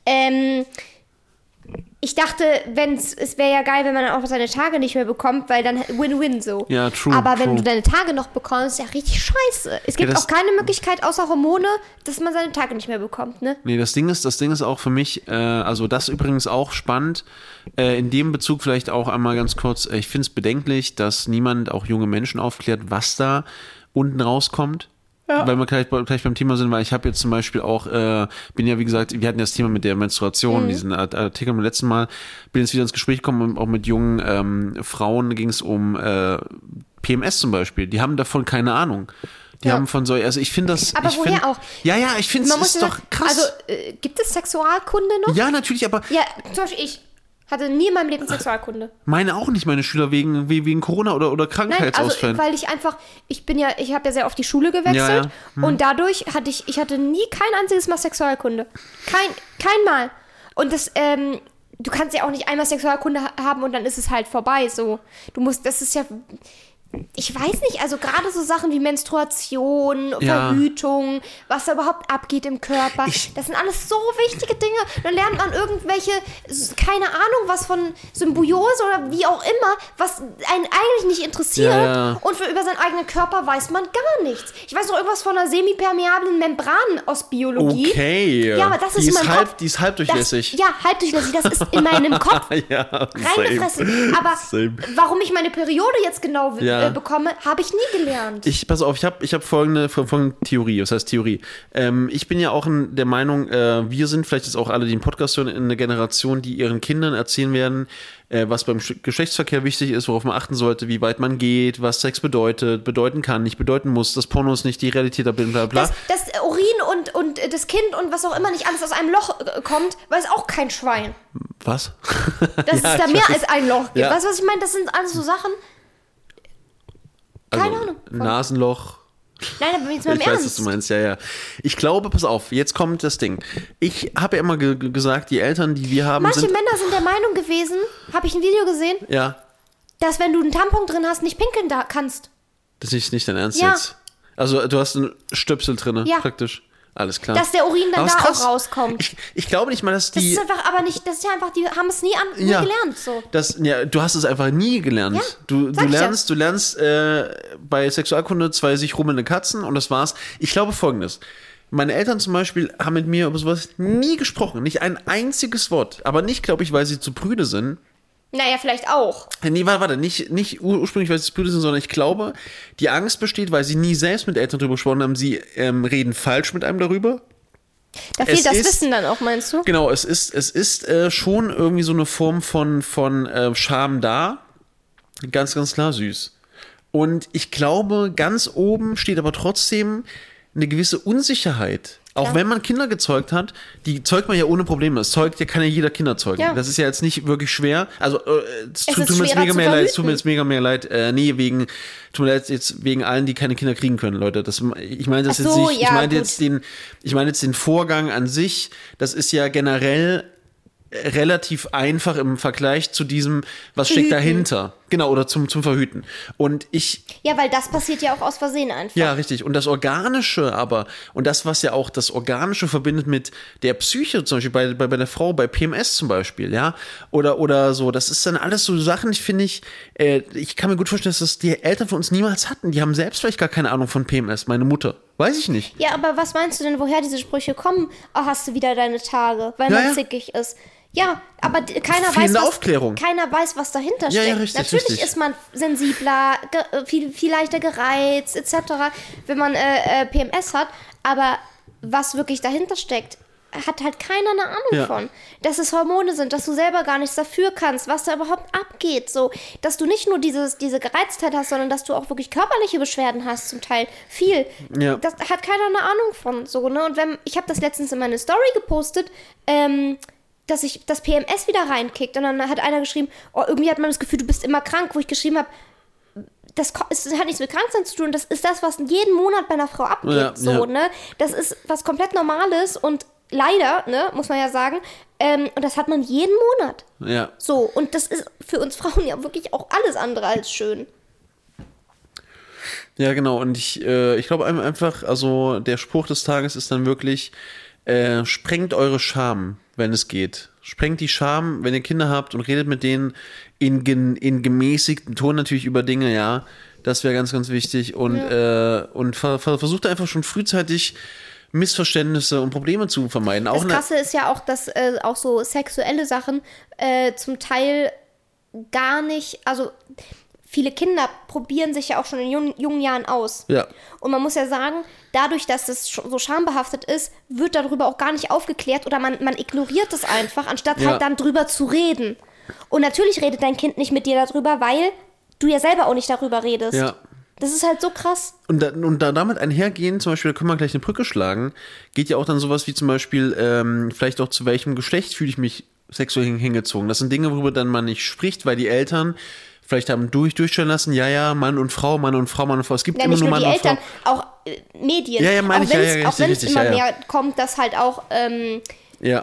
[SPEAKER 1] Ich dachte, es wäre ja geil, wenn man dann auch seine Tage nicht mehr bekommt, weil dann Win-Win so.
[SPEAKER 2] Ja, true.
[SPEAKER 1] Aber wenn du deine Tage noch bekommst, ist ja richtig scheiße. Es gibt auch keine Möglichkeit außer Hormone, dass man seine Tage nicht mehr bekommt, ne?
[SPEAKER 2] Nee, das Ding ist auch für mich, also das übrigens auch spannend, in dem Bezug vielleicht auch einmal ganz kurz, ich finde es bedenklich, dass niemand auch junge Menschen aufklärt, was da unten rauskommt. Ja. Weil wir gleich beim Thema sind, weil ich habe jetzt zum Beispiel auch, bin ja wie gesagt, wir hatten ja das Thema mit der Menstruation, diesen Artikel beim letzten Mal, bin jetzt wieder ins Gespräch gekommen, auch mit jungen Frauen ging es um PMS zum Beispiel, die haben davon keine Ahnung. Die haben von so, also ich finde das...
[SPEAKER 1] Aber woher auch?
[SPEAKER 2] Ja, ich finde es ist doch krass.
[SPEAKER 1] Also, gibt es Sexualkunde noch?
[SPEAKER 2] Ja, natürlich, aber...
[SPEAKER 1] Ja, zum Beispiel ich hatte nie in meinem Leben Sexualkunde.
[SPEAKER 2] Meine auch nicht, meine Schüler wegen Corona oder Krankheitsausfällen.
[SPEAKER 1] Nein, also, weil ich habe ja sehr oft die Schule gewechselt und dadurch hatte ich hatte nie kein einziges Mal Sexualkunde. Kein Mal. Und das, du kannst ja auch nicht einmal Sexualkunde haben und dann ist es halt vorbei, so. Das ist ja... Ich weiß nicht, also gerade so Sachen wie Menstruation, Verhütung, was da überhaupt abgeht im Körper, das sind alles so wichtige Dinge. Dann lernt man irgendwelche, keine Ahnung, was von Symbiose oder wie auch immer, was einen eigentlich nicht interessiert. Ja. Und über seinen eigenen Körper weiß man gar nichts. Ich weiß noch irgendwas von einer semipermeablen Membran aus Biologie.
[SPEAKER 2] Okay.
[SPEAKER 1] Ja, aber das ist in meinem Kopf.
[SPEAKER 2] Die ist halbdurchschlässig.
[SPEAKER 1] Halbdurchlässig, das ist in meinem Kopf.
[SPEAKER 2] Reingefressen.
[SPEAKER 1] Aber warum ich meine Periode jetzt genau bekomme, habe ich nie gelernt.
[SPEAKER 2] Pass auf, ich hab folgende Theorie. Was heißt Theorie? Ich bin ja auch der Meinung, wir sind vielleicht jetzt auch alle, die den Podcast hören, in einer Generation, die ihren Kindern erzählen werden, was beim Geschlechtsverkehr wichtig ist, worauf man achten sollte, wie weit man geht, was Sex bedeuten kann, nicht bedeuten muss, dass Pornos nicht die Realität haben, bla bla.
[SPEAKER 1] Das Urin und das Kind und was auch immer nicht alles aus einem Loch kommt, weiß auch kein Schwein.
[SPEAKER 2] Was?
[SPEAKER 1] Dass es da mehr als ein Loch gibt. Weißt du, was ich meine? Das sind alles so Sachen... Keine Ahnung.
[SPEAKER 2] Nasenloch.
[SPEAKER 1] Nein, aber jetzt mal im
[SPEAKER 2] Ich weiß,
[SPEAKER 1] Ernst.
[SPEAKER 2] was du meinst, ja. Ich glaube, pass auf, jetzt kommt das Ding. Ich habe ja immer gesagt, die Eltern, die wir haben,
[SPEAKER 1] Manche Männer sind der Meinung gewesen, habe ich ein Video gesehen,
[SPEAKER 2] ja,
[SPEAKER 1] dass wenn du einen Tampon drin hast, nicht pinkeln da kannst.
[SPEAKER 2] das ist nicht dein Ernst
[SPEAKER 1] Ja.
[SPEAKER 2] jetzt. Also du hast einen Stöpsel drin,
[SPEAKER 1] Ja.
[SPEAKER 2] praktisch. Alles klar.
[SPEAKER 1] Dass der Urin dann
[SPEAKER 2] Aber
[SPEAKER 1] da
[SPEAKER 2] ist krass.
[SPEAKER 1] auch rauskommt.
[SPEAKER 2] Ich glaube nicht mal, dass
[SPEAKER 1] Das
[SPEAKER 2] die...
[SPEAKER 1] ist einfach aber nicht, das ist ja einfach, die haben es nie gelernt. So.
[SPEAKER 2] Du hast es einfach nie gelernt.
[SPEAKER 1] Ja,
[SPEAKER 2] Du
[SPEAKER 1] sag ich ja.
[SPEAKER 2] lernst bei Sexualkunde 2 sich rummelnde Katzen und das war's. Ich glaube Folgendes. Meine Eltern zum Beispiel haben mit mir über sowas nie gesprochen. Nicht ein einziges Wort. Aber nicht, glaube ich, weil sie zu prüde sind.
[SPEAKER 1] Naja, vielleicht auch.
[SPEAKER 2] Nee, warte. Nicht ursprünglich, weil sie zu prüde sind, sondern ich glaube, die Angst besteht, weil sie nie selbst mit Eltern darüber gesprochen haben. Sie reden falsch mit einem darüber.
[SPEAKER 1] Da fehlt
[SPEAKER 2] Es
[SPEAKER 1] das
[SPEAKER 2] ist-
[SPEAKER 1] Wissen dann auch, meinst du?
[SPEAKER 2] Genau, es ist schon irgendwie so eine Form von Scham da. Ganz, ganz klar süß. Und ich glaube, ganz oben steht aber trotzdem eine gewisse Unsicherheit. Auch
[SPEAKER 1] Ja.
[SPEAKER 2] wenn man Kinder gezeugt hat, die zeugt man ja ohne Probleme. Kann ja jeder Kinder zeugen.
[SPEAKER 1] Ja.
[SPEAKER 2] Das ist ja jetzt nicht wirklich schwer. Also, es
[SPEAKER 1] ist
[SPEAKER 2] tut mir jetzt
[SPEAKER 1] schwerer
[SPEAKER 2] mega
[SPEAKER 1] zu
[SPEAKER 2] mehr leid. Es tut
[SPEAKER 1] verhüten.
[SPEAKER 2] mir jetzt mega mehr leid. Tut mir leid jetzt wegen allen, die keine Kinder kriegen können, Leute. Ich meine das
[SPEAKER 1] Ach
[SPEAKER 2] jetzt
[SPEAKER 1] so,
[SPEAKER 2] nicht.
[SPEAKER 1] ja,
[SPEAKER 2] Ich meine jetzt den Vorgang an sich. Das ist ja generell relativ einfach im Vergleich zu diesem, was steckt
[SPEAKER 1] Verhüten.
[SPEAKER 2] dahinter. Genau, oder zum Verhüten. Und
[SPEAKER 1] Ja, weil das passiert ja auch aus Versehen einfach.
[SPEAKER 2] ja, richtig. Und das Organische aber, und das, was ja auch das Organische verbindet mit der Psyche, zum Beispiel bei der Frau, bei PMS zum Beispiel, ja, oder so, das ist dann alles so Sachen, ich kann mir gut vorstellen, dass das die Eltern von uns niemals hatten. Die haben selbst vielleicht gar keine Ahnung von PMS, meine Mutter. Weiß ich nicht.
[SPEAKER 1] Ja, aber was meinst du denn, woher diese Sprüche kommen? Oh, hast du wieder deine Tage, weil
[SPEAKER 2] Ja,
[SPEAKER 1] man
[SPEAKER 2] ja.
[SPEAKER 1] zickig ist. Ja, aber keiner
[SPEAKER 2] Fehlende
[SPEAKER 1] weiß,
[SPEAKER 2] Aufklärung.
[SPEAKER 1] keiner weiß, was dahinter
[SPEAKER 2] Ja,
[SPEAKER 1] steckt.
[SPEAKER 2] ja, richtig,
[SPEAKER 1] Natürlich
[SPEAKER 2] richtig.
[SPEAKER 1] ist man sensibler, viel leichter gereizt, etc., wenn man PMS hat. Aber was wirklich dahinter steckt, hat halt keiner eine Ahnung
[SPEAKER 2] Ja.
[SPEAKER 1] von. Dass es Hormone sind, dass du selber gar nichts dafür kannst, was da überhaupt abgeht. So, dass du nicht nur diese Gereiztheit hast, sondern dass du auch wirklich körperliche Beschwerden hast, zum Teil viel.
[SPEAKER 2] Ja.
[SPEAKER 1] Das hat keiner eine Ahnung von. So, ne? Und ich habe das letztens in meine Story gepostet, dass ich das PMS wieder reinkickt. Und dann hat einer geschrieben, oh, irgendwie hat man das Gefühl, du bist immer krank, wo ich geschrieben habe, es hat nichts mit Kranksein zu tun. Das ist das, was jeden Monat bei einer Frau abgeht.
[SPEAKER 2] Ja,
[SPEAKER 1] so,
[SPEAKER 2] ja.
[SPEAKER 1] ne? Das ist was komplett Normales und leider, ne, muss man ja sagen, und das hat man jeden Monat.
[SPEAKER 2] Ja.
[SPEAKER 1] So, und das ist für uns Frauen ja wirklich auch alles andere als schön.
[SPEAKER 2] Ja, genau. Und ich glaube einfach, also der Spruch des Tages ist dann wirklich, sprengt eure Scham, wenn es geht. Sprengt die Scham, wenn ihr Kinder habt und redet mit denen in gemäßigten Ton natürlich über Dinge, ja. Das wäre ganz, ganz wichtig. Und, versucht einfach schon frühzeitig Missverständnisse und Probleme zu vermeiden. Auch
[SPEAKER 1] Das Krasse ist ja auch, dass auch so sexuelle Sachen zum Teil gar nicht, also viele Kinder probieren sich ja auch schon in jungen Jahren aus.
[SPEAKER 2] Ja.
[SPEAKER 1] Und man muss ja sagen, dadurch, dass das so schambehaftet ist, wird darüber auch gar nicht aufgeklärt oder man ignoriert es einfach, anstatt
[SPEAKER 2] Ja.
[SPEAKER 1] halt dann drüber zu reden. Und natürlich redet dein Kind nicht mit dir darüber, weil du ja selber auch nicht darüber redest.
[SPEAKER 2] Ja.
[SPEAKER 1] Das ist halt so krass.
[SPEAKER 2] Und damit einhergehen, zum Beispiel, da können wir gleich eine Brücke schlagen, geht ja auch dann sowas wie zum Beispiel, vielleicht auch zu welchem Geschlecht fühle ich mich sexuell hingezogen. Das sind Dinge, worüber dann man nicht spricht, weil die Eltern vielleicht haben durchstellen lassen, ja, Mann und Frau, Mann und Frau, Mann und Frau. Es gibt
[SPEAKER 1] Ja,
[SPEAKER 2] immer
[SPEAKER 1] nicht
[SPEAKER 2] nur
[SPEAKER 1] nur
[SPEAKER 2] Mann
[SPEAKER 1] die
[SPEAKER 2] und Frau.
[SPEAKER 1] Eltern, auch Medien.
[SPEAKER 2] Ja, meine ich, ja,
[SPEAKER 1] Auch wenn es
[SPEAKER 2] richtig,
[SPEAKER 1] immer
[SPEAKER 2] ja.
[SPEAKER 1] mehr kommt, dass halt auch
[SPEAKER 2] Ja,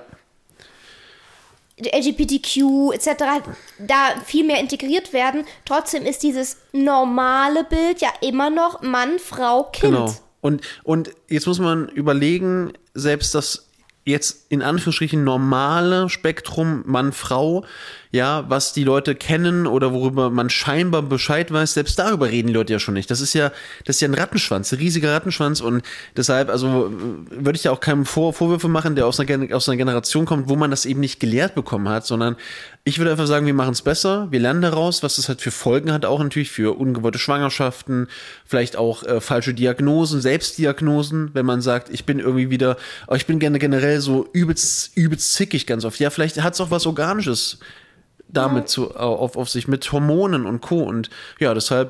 [SPEAKER 1] LGBTQ etc. da viel mehr integriert werden. Trotzdem ist dieses normale Bild ja immer noch Mann, Frau, Kind.
[SPEAKER 2] genau. Und jetzt muss man überlegen, selbst das jetzt in Anführungsstrichen normale Spektrum Mann-Frau, ja, was die Leute kennen oder worüber man scheinbar Bescheid weiß, selbst darüber reden die Leute ja schon nicht. Das ist ja ein Rattenschwanz, ein riesiger Rattenschwanz und deshalb, also würde ich ja auch keinem Vorwürfe machen, der aus einer Generation kommt, wo man das eben nicht gelehrt bekommen hat, sondern ich würde einfach sagen, wir machen es besser, wir lernen daraus, was das halt für Folgen hat, auch natürlich für ungewollte Schwangerschaften, vielleicht auch falsche Diagnosen, Selbstdiagnosen, wenn man sagt, ich bin gerne generell so übelst zickig ganz oft. Ja, vielleicht hat es auch was Organisches damit auf sich mit Hormonen und Co. Und ja, deshalb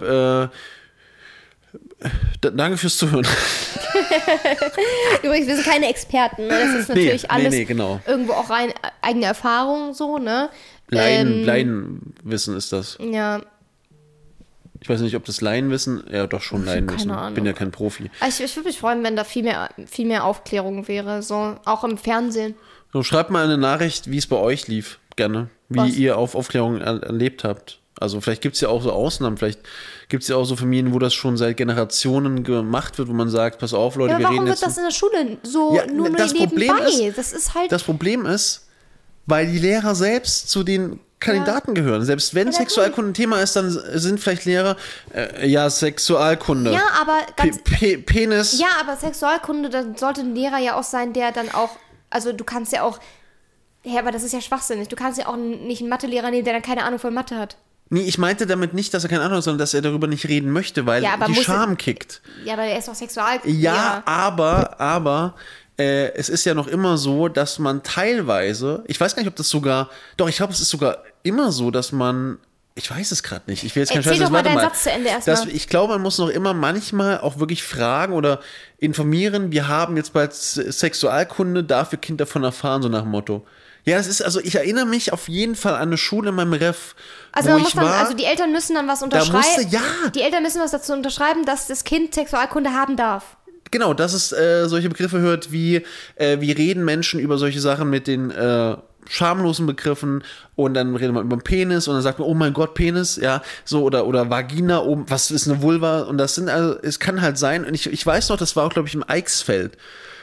[SPEAKER 2] danke fürs Zuhören.
[SPEAKER 1] Übrigens, wir sind keine Experten. Ne? Das ist natürlich alles
[SPEAKER 2] genau.
[SPEAKER 1] irgendwo auch rein eigene Erfahrung so, ne?
[SPEAKER 2] Laienwissen ist das.
[SPEAKER 1] Ja.
[SPEAKER 2] Ich weiß nicht, ob das Laien wissen. Ja, doch schon Laien wissen.
[SPEAKER 1] Keine Ahnung.
[SPEAKER 2] Bin ja kein Profi.
[SPEAKER 1] Also ich würde mich freuen, wenn da viel mehr Aufklärung wäre, so auch im Fernsehen.
[SPEAKER 2] So, schreibt mal eine Nachricht, wie es bei euch lief, gerne. Wie ihr auf Aufklärung erlebt habt. Also vielleicht gibt es ja auch so Ausnahmen, vielleicht gibt es ja auch so Familien, wo das schon seit Generationen gemacht wird, wo man sagt, pass auf, Leute, wir reden jetzt...
[SPEAKER 1] Warum wird das in der Schule so nur nebenbei? Das ist halt...
[SPEAKER 2] Das Problem ist, weil die Lehrer selbst zu den Kandidaten gehören. Selbst wenn Sexualkunde ein Thema ist, dann sind vielleicht Lehrer, Sexualkunde.
[SPEAKER 1] Ja, aber
[SPEAKER 2] Penis.
[SPEAKER 1] Ja, aber Sexualkunde, dann sollte ein Lehrer ja auch sein, der dann auch, also du kannst ja auch, ja, aber das ist ja schwachsinnig. Du kannst ja auch nicht einen Mathelehrer nehmen, der dann keine Ahnung von Mathe hat.
[SPEAKER 2] Nee, ich meinte damit nicht, dass er keine Ahnung hat, sondern dass er darüber nicht reden möchte, weil die Scham kickt.
[SPEAKER 1] Ja, aber er ist doch Sexualkunde.
[SPEAKER 2] Ja, aber es ist ja noch immer so, dass man teilweise, ich weiß gar nicht, ob das sogar, doch, ich glaube, es ist sogar immer so, dass man, ich weiß es gerade nicht, ich will jetzt keinen Scheiß,
[SPEAKER 1] Erzähl doch mal deinen Satz zu Ende erstmal.
[SPEAKER 2] Ich glaube, man muss noch immer manchmal auch wirklich fragen oder informieren, wir haben jetzt bald Sexualkunde, darf ihr Kind davon erfahren, so nach dem Motto. Ja, das ist, also ich erinnere mich auf jeden Fall an eine Schule in meinem Ref,
[SPEAKER 1] also
[SPEAKER 2] wo
[SPEAKER 1] man muss
[SPEAKER 2] ich
[SPEAKER 1] dann,
[SPEAKER 2] war.
[SPEAKER 1] also die Eltern müssen dann was unterschreiben.
[SPEAKER 2] Ja.
[SPEAKER 1] Die Eltern müssen was dazu unterschreiben, dass das Kind Sexualkunde haben darf.
[SPEAKER 2] Genau, dass es solche Begriffe hört wie reden Menschen über solche Sachen mit den schamlosen Begriffen und dann redet man über Penis und dann sagt man, oh mein Gott, Penis, ja, so oder Vagina, was ist eine Vulva und das sind, also es kann halt sein und ich weiß noch, das war auch, glaube ich, im Eichsfeld.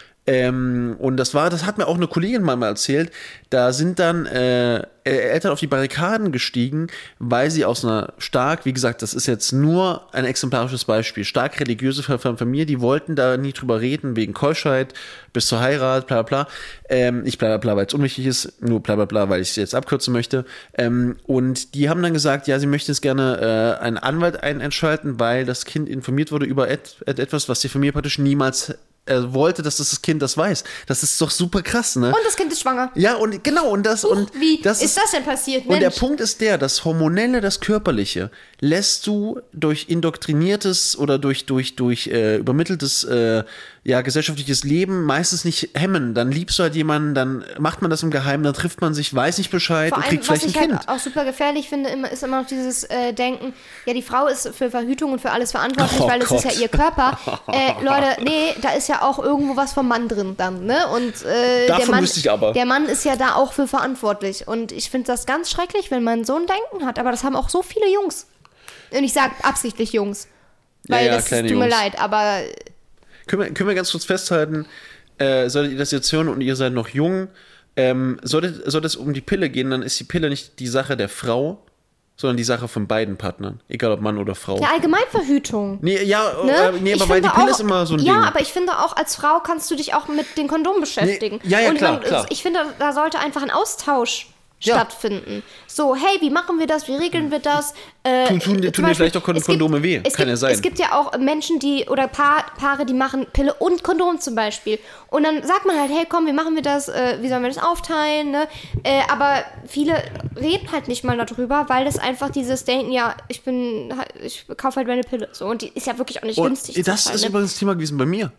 [SPEAKER 2] Und das hat mir auch eine Kollegin mal erzählt, da sind dann Eltern auf die Barrikaden gestiegen, weil sie aus einer wie gesagt, das ist jetzt nur ein exemplarisches Beispiel, stark religiöse Familie, die wollten da nie drüber reden, wegen Keuschheit bis zur Heirat, bla bla. Nicht bla bla, weil es unwichtig ist, nur bla bla bla, weil ich es jetzt abkürzen möchte. Und die haben dann gesagt, ja, sie möchten jetzt gerne einen Anwalt einschalten, weil das Kind informiert wurde über etwas, was die Familie praktisch niemals wollte, dass das Kind das weiß. Das ist doch super krass, ne?
[SPEAKER 1] Und das Kind ist schwanger.
[SPEAKER 2] Ja, und genau, und das und
[SPEAKER 1] wie
[SPEAKER 2] das
[SPEAKER 1] ist das denn passiert, Mensch?
[SPEAKER 2] Und der Punkt ist das Hormonelle, das Körperliche, lässt du durch indoktriniertes oder durch übermitteltes gesellschaftliches Leben meistens nicht hemmen. Dann liebst du halt jemanden, dann macht man das im Geheimen, dann trifft man sich, weiß nicht Bescheid und kriegt vielleicht ein Kind.
[SPEAKER 1] Was ich halt auch super gefährlich finde, ist immer noch dieses Denken, ja, die Frau ist für Verhütung und für alles verantwortlich, weil es ist ja ihr Körper. Leute, nee, da ist ja auch irgendwo was vom Mann drin dann, ne? Und der Mann ist ja da auch für verantwortlich. Und ich finde das ganz schrecklich, wenn man so ein Denken hat. Aber das haben auch so viele Jungs. Und ich sage absichtlich Jungs. Weil das tut mir leid, aber...
[SPEAKER 2] Können wir ganz kurz festhalten, solltet ihr das jetzt hören und ihr seid noch jung, sollte es um die Pille gehen, dann ist die Pille nicht die Sache der Frau, sondern die Sache von beiden Partnern. Egal ob Mann oder Frau.
[SPEAKER 1] Ja, Allgemeinverhütung.
[SPEAKER 2] Nee, aber weil die Pille ist immer so ein Ding.
[SPEAKER 1] Ja, aber ich finde auch, als Frau kannst du dich auch mit den Kondomen beschäftigen.
[SPEAKER 2] Nee, ja, klar.
[SPEAKER 1] Ich finde, da sollte einfach ein Austausch stattfinden. So, hey, wie machen wir das? Wie regeln wir das?
[SPEAKER 2] Tun dir vielleicht auch Kondome weh. Kann ja sein.
[SPEAKER 1] Es gibt ja auch Menschen, oder Paare, die machen Pille und Kondom zum Beispiel. Und dann sagt man halt, hey, komm, wie machen wir das? Wie sollen wir das aufteilen? Ne? Aber viele reden halt nicht mal darüber, weil das einfach dieses Denken, ja, ich kaufe halt meine Pille. So, und die ist ja wirklich auch nicht günstig.
[SPEAKER 2] Das ist übrigens das Thema gewesen bei mir.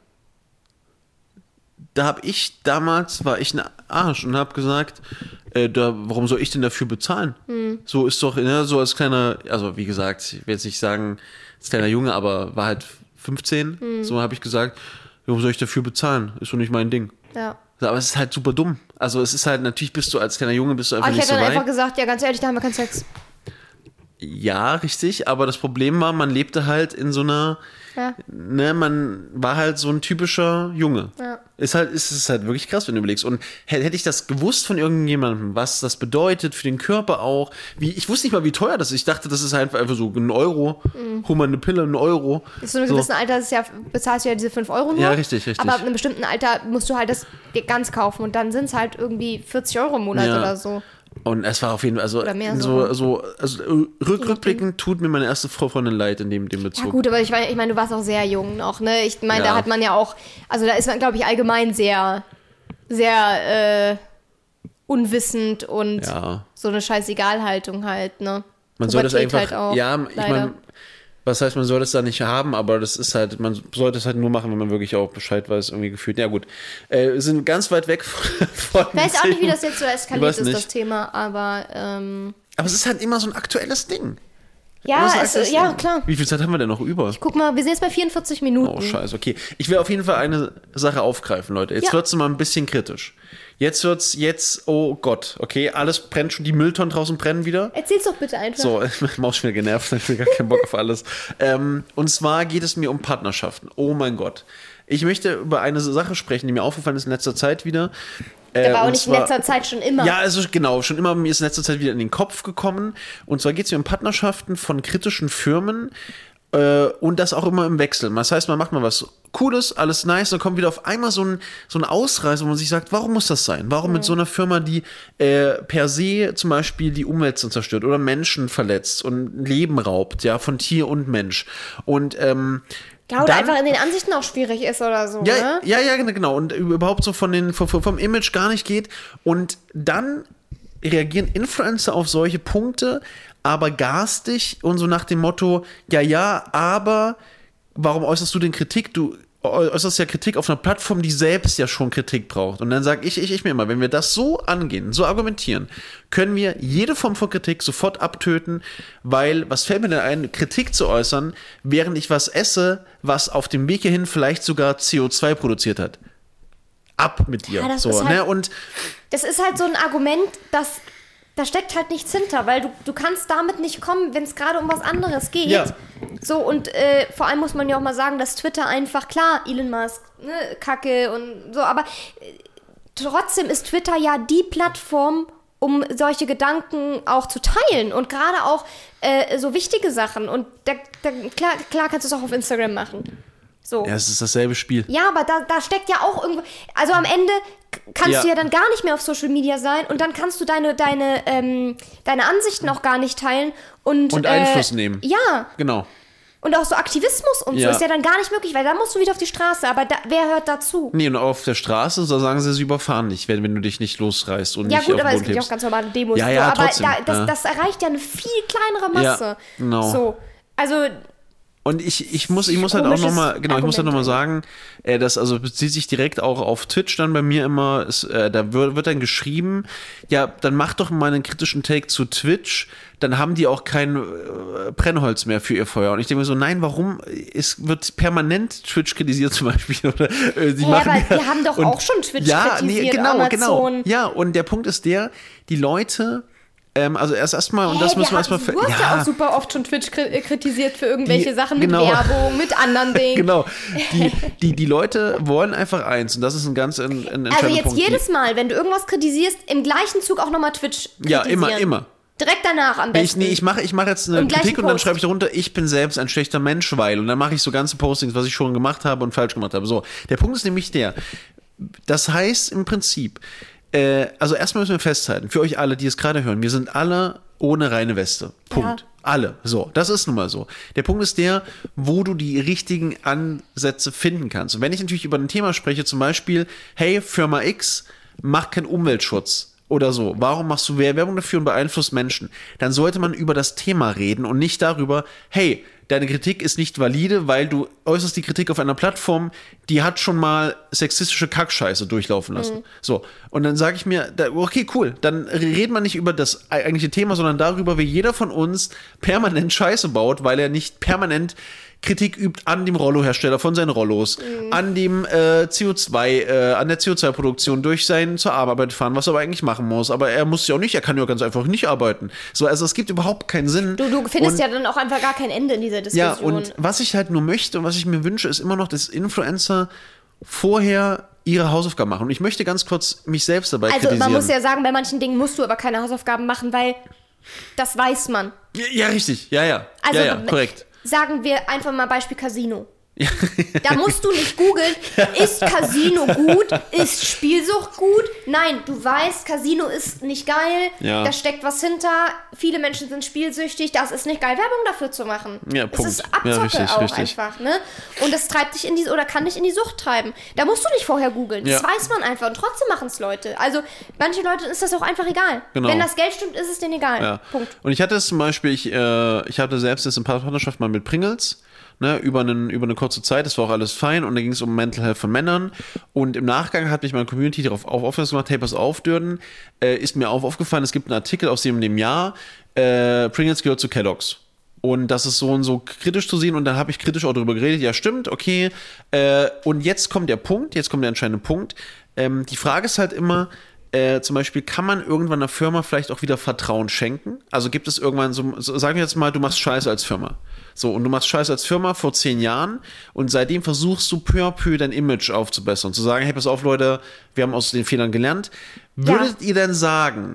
[SPEAKER 2] War ich ein Arsch und habe gesagt, warum soll ich denn dafür bezahlen? So ist doch, so als kleiner, also wie gesagt, ich will jetzt nicht sagen, als kleiner Junge, aber war halt 15, so habe ich gesagt, warum soll ich dafür bezahlen? Ist doch nicht mein Ding.
[SPEAKER 1] Ja.
[SPEAKER 2] Aber es ist halt super dumm. Also es ist halt, natürlich bist du als kleiner Junge, einfach nicht so weit.
[SPEAKER 1] Ich hätte dann einfach gesagt, ja, ganz ehrlich, da haben wir keinen Sex.
[SPEAKER 2] Ja, richtig, aber das Problem war, man lebte halt in so einer, man war halt so ein typischer Junge. Ja. Es ist halt wirklich krass, wenn du überlegst. Und hätte ich das gewusst von irgendjemandem, was das bedeutet für den Körper auch, ich wusste nicht mal, wie teuer das ist. Ich dachte, das ist halt einfach so 1 Euro, hol mal eine Pille, 1 Euro.
[SPEAKER 1] Bis zu einem gewissen Alter bezahlst du ja diese 5 Euro nur.
[SPEAKER 2] Ja, richtig.
[SPEAKER 1] Aber ab einem bestimmten Alter musst du halt das ganz kaufen und dann sind es halt irgendwie 40 Euro im Monat oder so.
[SPEAKER 2] Und es war auf jeden Fall, rückblickend tut mir meine erste Freundin leid in dem Bezug.
[SPEAKER 1] Ja gut, aber ich meine, du warst auch sehr jung noch, ne? Ich meine, da hat man ja auch, also da ist man, glaube ich, allgemein sehr, sehr unwissend und so eine Scheißegal-Haltung halt, ne?
[SPEAKER 2] Man soll das einfach,
[SPEAKER 1] halt auch,
[SPEAKER 2] ich meine, was heißt, man soll das da nicht haben, aber das ist halt, man sollte es halt nur machen, wenn man wirklich auch Bescheid weiß, irgendwie gefühlt. Ja gut, wir sind ganz weit weg von
[SPEAKER 1] ich weiß auch nicht, wie das jetzt so eskaliert ist, das Thema, aber
[SPEAKER 2] es ist halt immer so ein aktuelles Ding.
[SPEAKER 1] Ja, ja, klar.
[SPEAKER 2] Wie viel Zeit haben wir denn noch über?
[SPEAKER 1] Guck mal, wir sind jetzt bei 44 Minuten.
[SPEAKER 2] Oh, scheiße, okay. Ich will auf jeden Fall eine Sache aufgreifen, Leute. Jetzt wird's mal ein bisschen kritisch. Oh Gott, okay, alles brennt schon, die Mülltonnen draußen brennen wieder.
[SPEAKER 1] Erzähl's doch bitte einfach.
[SPEAKER 2] So, Maus schon wieder genervt, ich habe gar keinen Bock auf alles. Und zwar geht es mir um Partnerschaften. Oh mein Gott. Ich möchte über eine Sache sprechen, die mir aufgefallen ist in letzter Zeit wieder.
[SPEAKER 1] Aber auch nicht in letzter Zeit, schon immer.
[SPEAKER 2] Ja, also genau, schon immer, mir ist in letzter Zeit wieder in den Kopf gekommen. Und zwar geht es mir um Partnerschaften von kritischen Firmen und das auch immer im Wechsel. Das heißt, man macht mal was Cooles, alles nice, dann kommt wieder auf einmal so ein Ausreißer, wo man sich sagt, warum muss das sein? Warum mit so einer Firma, die per se zum Beispiel die Umwelt zerstört oder Menschen verletzt und Leben raubt, ja, von Tier und Mensch. Und
[SPEAKER 1] ja, oder einfach in den Ansichten auch schwierig ist oder so,
[SPEAKER 2] ja,
[SPEAKER 1] ne?
[SPEAKER 2] Ja, genau. Und überhaupt so vom Image gar nicht geht. Und dann reagieren Influencer auf solche Punkte, aber garstig und so nach dem Motto, ja, aber warum äußerst du denn Kritik? Du äußerst ja Kritik auf einer Plattform, die selbst ja schon Kritik braucht. Und dann sage ich mir immer, wenn wir das so angehen, so argumentieren, können wir jede Form von Kritik sofort abtöten, weil, was fällt mir denn ein, Kritik zu äußern, während ich was esse, was auf dem Weg hierhin vielleicht sogar CO2 produziert hat. Ab mit dir.
[SPEAKER 1] Ja, das
[SPEAKER 2] so,
[SPEAKER 1] ist halt,
[SPEAKER 2] ne? Und
[SPEAKER 1] das ist halt so ein Argument, da steckt halt nichts hinter, weil du kannst damit nicht kommen, wenn es gerade um was anderes geht.
[SPEAKER 2] Ja.
[SPEAKER 1] So, und vor allem muss man ja auch mal sagen, dass Twitter einfach, klar, Elon Musk, ne, Kacke und so, aber trotzdem ist Twitter ja die Plattform, um solche Gedanken auch zu teilen und gerade auch so wichtige Sachen. Und klar kannst du es auch auf Instagram machen. So.
[SPEAKER 2] Ja, es ist dasselbe Spiel.
[SPEAKER 1] Ja, aber da steckt ja auch irgendwo. Also am Ende kannst du ja dann gar nicht mehr auf Social Media sein und dann kannst du deine Ansichten auch gar nicht teilen und
[SPEAKER 2] Einfluss nehmen.
[SPEAKER 1] Ja.
[SPEAKER 2] Genau.
[SPEAKER 1] Und auch so Aktivismus und so ist ja dann gar nicht möglich, weil dann musst du wieder auf die Straße. Aber wer hört dazu?
[SPEAKER 2] Nee, und auf der Straße, da sagen sie überfahren nicht, wenn du dich nicht losreißt und
[SPEAKER 1] ja,
[SPEAKER 2] nicht
[SPEAKER 1] gut,
[SPEAKER 2] auf den
[SPEAKER 1] aber es
[SPEAKER 2] Boden
[SPEAKER 1] gibt ja auch
[SPEAKER 2] klebst.
[SPEAKER 1] ganz normale Demos.
[SPEAKER 2] Ja,
[SPEAKER 1] so, aber
[SPEAKER 2] trotzdem,
[SPEAKER 1] das erreicht ja eine viel kleinere Masse.
[SPEAKER 2] Ja, genau.
[SPEAKER 1] So, also
[SPEAKER 2] und ich muss halt auch nochmal sagen, das also bezieht sich direkt auch auf Twitch dann bei mir immer, da wird dann geschrieben, ja, dann mach doch mal einen kritischen Take zu Twitch, dann haben die auch kein Brennholz mehr für ihr Feuer. Und ich denke mir so, nein, warum? Es wird permanent Twitch kritisiert zum Beispiel. Oder,
[SPEAKER 1] wir haben doch auch schon Twitch kritisiert,
[SPEAKER 2] nee, genau.
[SPEAKER 1] Amazon.
[SPEAKER 2] Ja, und der Punkt ist die Leute... also erstmal, und das müssen wir erstmal...
[SPEAKER 1] Du hast ja auch super oft schon Twitch kritisiert für irgendwelche Sachen mit Werbung, mit anderen Dingen.
[SPEAKER 2] Genau. Die Leute wollen einfach eins, und das ist ein ganz entscheidender Punkt.
[SPEAKER 1] Also jetzt jedes Mal, wenn du irgendwas kritisierst, im gleichen Zug auch nochmal Twitch kritisieren.
[SPEAKER 2] Ja, immer.
[SPEAKER 1] Direkt danach am besten.
[SPEAKER 2] Ich mache jetzt eine Kritik und dann schreibe ich darunter, ich bin selbst ein schlechter Mensch, weil... Und dann mache ich so ganze Postings, was ich schon gemacht habe und falsch gemacht habe. So, der Punkt ist nämlich das heißt im Prinzip... Also erstmal müssen wir festhalten, für euch alle, die es gerade hören, wir sind alle ohne reine Weste. Punkt. Ja. Alle. So, das ist nun mal so. Der Punkt ist wo du die richtigen Ansätze finden kannst. Und wenn ich natürlich über ein Thema spreche, zum Beispiel, hey, Firma X macht keinen Umweltschutz oder so, warum machst du Werbung dafür und beeinflusst Menschen? Dann sollte man über das Thema reden und nicht darüber, hey, deine Kritik ist nicht valide, weil du äußerst die Kritik auf einer Plattform, die hat schon mal sexistische Kackscheiße durchlaufen lassen. Mhm. So, und dann sage ich mir, okay, cool, dann redet man nicht über das eigentliche Thema, sondern darüber, wie jeder von uns permanent Scheiße baut, weil er nicht permanent Kritik übt an dem Rollo-Hersteller von seinen Rollos, an dem CO2, an der CO2-Produktion durch sein zur Arbeit fahren, was er aber eigentlich machen muss. Aber er muss ja auch nicht, er kann ja ganz einfach nicht arbeiten. So, also es gibt überhaupt keinen Sinn.
[SPEAKER 1] Du findest ja dann auch einfach gar kein Ende in dieser Diskussion.
[SPEAKER 2] Ja, und was ich halt nur möchte und was ich mir wünsche, ist immer noch, dass Influencer vorher ihre Hausaufgaben machen. Und ich möchte ganz kurz mich selbst dabei kritisieren.
[SPEAKER 1] Also man muss ja sagen, bei manchen Dingen musst du aber keine Hausaufgaben machen, weil das weiß man.
[SPEAKER 2] Ja, richtig. Ja.
[SPEAKER 1] Also,
[SPEAKER 2] ja, korrekt.
[SPEAKER 1] Sagen wir einfach mal Beispiel Casino. Ja. Da musst du nicht googeln, ist Casino gut, ist Spielsucht gut? Nein, du weißt, Casino ist nicht geil, da steckt was hinter, viele Menschen sind spielsüchtig, das ist nicht geil, Werbung dafür zu machen. Ja, Punkt. Das ist Abzocke einfach, ne? Und das treibt dich kann dich in die Sucht treiben. Da musst du nicht vorher googeln, das weiß man einfach und trotzdem machen es Leute. Also, manche Leute ist das auch einfach egal. Genau. Wenn das Geld stimmt, ist es denen egal.
[SPEAKER 2] Ja.
[SPEAKER 1] Punkt.
[SPEAKER 2] Und ich hatte es zum Beispiel, ich hatte selbst das in Partnerschaft mal mit Pringles, ne, über eine kurze Zeit, das war auch alles fein und da ging es um Mental Health von Männern und im Nachgang hat mich meine Community darauf aufmerksam gemacht, hey, pass auf, Dürden, ist mir aufgefallen, es gibt einen Artikel aus dem Jahr, Pringles gehört zu Kellogg's. Und das ist so und so kritisch zu sehen und dann habe ich kritisch auch darüber geredet, ja stimmt, okay. Und jetzt kommt der entscheidende Punkt. Die Frage ist halt immer, zum Beispiel, kann man irgendwann einer Firma vielleicht auch wieder Vertrauen schenken? Also gibt es irgendwann so sagen wir jetzt mal, du machst Scheiße als Firma. So, und du machst Scheiße als Firma vor 10 Jahren und seitdem versuchst du peu à peu dein Image aufzubessern. Zu sagen, hey, pass auf, Leute, wir haben aus den Fehlern gelernt. Würdet ihr denn sagen,